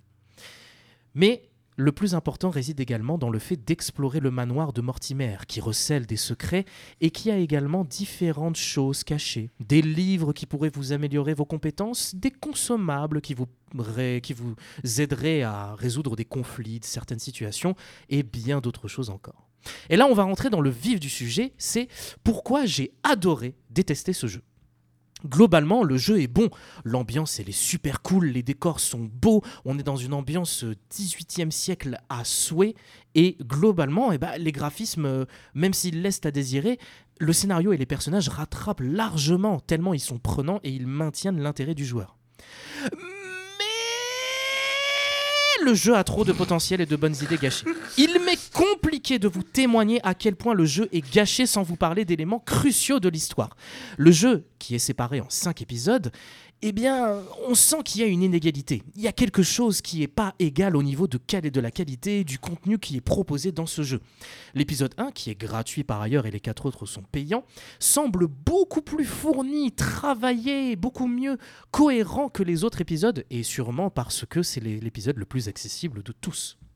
Mais le plus important réside également dans le fait d'explorer le manoir de Mortimer, qui recèle des secrets et qui a également différentes choses cachées. Des livres qui pourraient vous améliorer vos compétences, des consommables qui vous, ré... qui vous aideraient à résoudre des conflits, de certaines situations, et bien d'autres choses encore. Et là, on va rentrer dans le vif du sujet, c'est pourquoi j'ai adoré détester ce jeu. Globalement, le jeu est bon. L'ambiance, elle est super cool. Les décors sont beaux. On est dans une ambiance dix-huitième siècle à souhait. Et globalement, eh ben, les graphismes, même s'ils laissent à désirer, le scénario et les personnages rattrapent largement, tellement ils sont prenants et ils maintiennent l'intérêt du joueur. Le jeu a trop de potentiel et de bonnes idées gâchées. Il m'est compliqué de vous témoigner à quel point le jeu est gâché sans vous parler d'éléments cruciaux de l'histoire. Le jeu, qui est séparé en cinq épisodes, eh bien, on sent qu'il y a une inégalité. Il y a quelque chose qui n'est pas égal au niveau de, quali- de la qualité du contenu qui est proposé dans ce jeu. L'épisode un, qui est gratuit par ailleurs et les quatre autres sont payants, semble beaucoup plus fourni, travaillé, beaucoup mieux cohérent que les autres épisodes, et sûrement parce que c'est l'épisode le plus accessible de tous.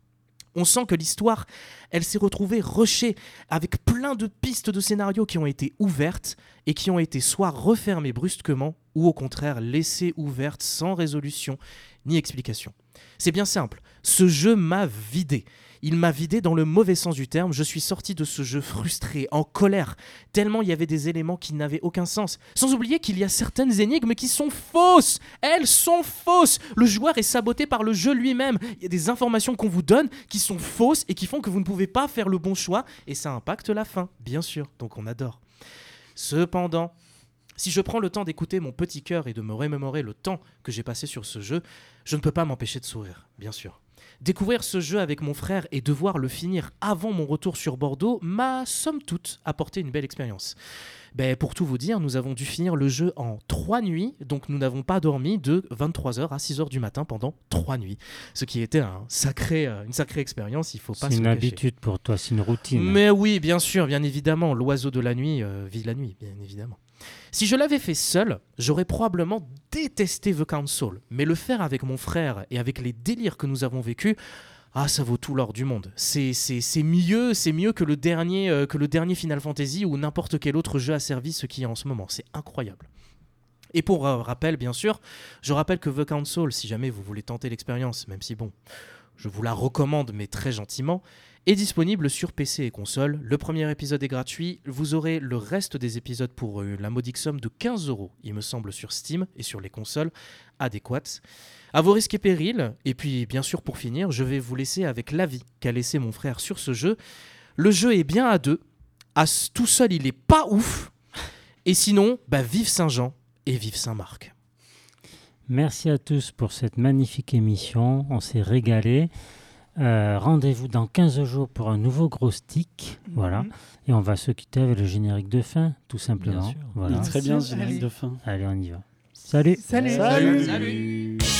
On sent que l'histoire, elle s'est retrouvée rushée avec plein de pistes de scénarios qui ont été ouvertes et qui ont été soit refermées brusquement ou au contraire laissées ouvertes sans résolution ni explication. C'est bien simple, ce jeu m'a vidé. Il m'a vidé dans le mauvais sens du terme. Je suis sorti de ce jeu frustré, en colère, tellement il y avait des éléments qui n'avaient aucun sens. Sans oublier qu'il y a certaines énigmes qui sont fausses. Elles sont fausses. Le joueur est saboté par le jeu lui-même. Il y a des informations qu'on vous donne qui sont fausses et qui font que vous ne pouvez pas faire le bon choix. Et ça impacte la fin, bien sûr. Donc on adore. Cependant, si je prends le temps d'écouter mon petit cœur et de me remémorer le temps que j'ai passé sur ce jeu, je ne peux pas m'empêcher de sourire, bien sûr. Découvrir ce jeu avec mon frère et devoir le finir avant mon retour sur Bordeaux m'a, somme toute, apporté une belle expérience. Ben, pour tout vous dire, nous avons dû finir le jeu en trois nuits, donc nous n'avons pas dormi de vingt-trois heures à six heures du matin pendant trois nuits. Ce qui était un sacré, euh, une sacrée expérience, il ne faut pas se C'est le une cacher. habitude pour toi, c'est une routine. Mais oui, bien sûr, bien évidemment, l'oiseau de la nuit euh, vit la nuit, bien évidemment. Si je l'avais fait seul, j'aurais probablement détesté The Council, mais le faire avec mon frère et avec les délires que nous avons vécus, ah, ça vaut tout l'or du monde. C'est, c'est, c'est mieux, c'est mieux que le dernier, euh, que le dernier Final Fantasy ou n'importe quel autre jeu à service ce qui est en ce moment. C'est incroyable. Et pour euh, rappel, bien sûr, je rappelle que The Council, si jamais vous voulez tenter l'expérience, même si bon, je vous la recommande, mais très gentiment, est disponible sur P C et console. Le premier épisode est gratuit. Vous aurez le reste des épisodes pour euh, la modique somme de quinze euros, il me semble, sur Steam et sur les consoles adéquates. À vos risques et périls, et puis bien sûr pour finir, je vais vous laisser avec l'avis qu'a laissé mon frère sur ce jeu. Le jeu est bien à deux. À s- tout seul, il est pas ouf. Et sinon, bah, vive Saint-Jean et vive Saint-Marc. Merci à tous pour cette magnifique émission. On s'est régalé. Euh, rendez-vous dans quinze jours pour un nouveau gros stick. Mhm. Voilà. Et on va se quitter avec le générique de fin, tout simplement. Bien sûr. Voilà. Il est très bien ce Allez. générique de fin. Allez, on y va. Salut. Salut. Salut. Salut.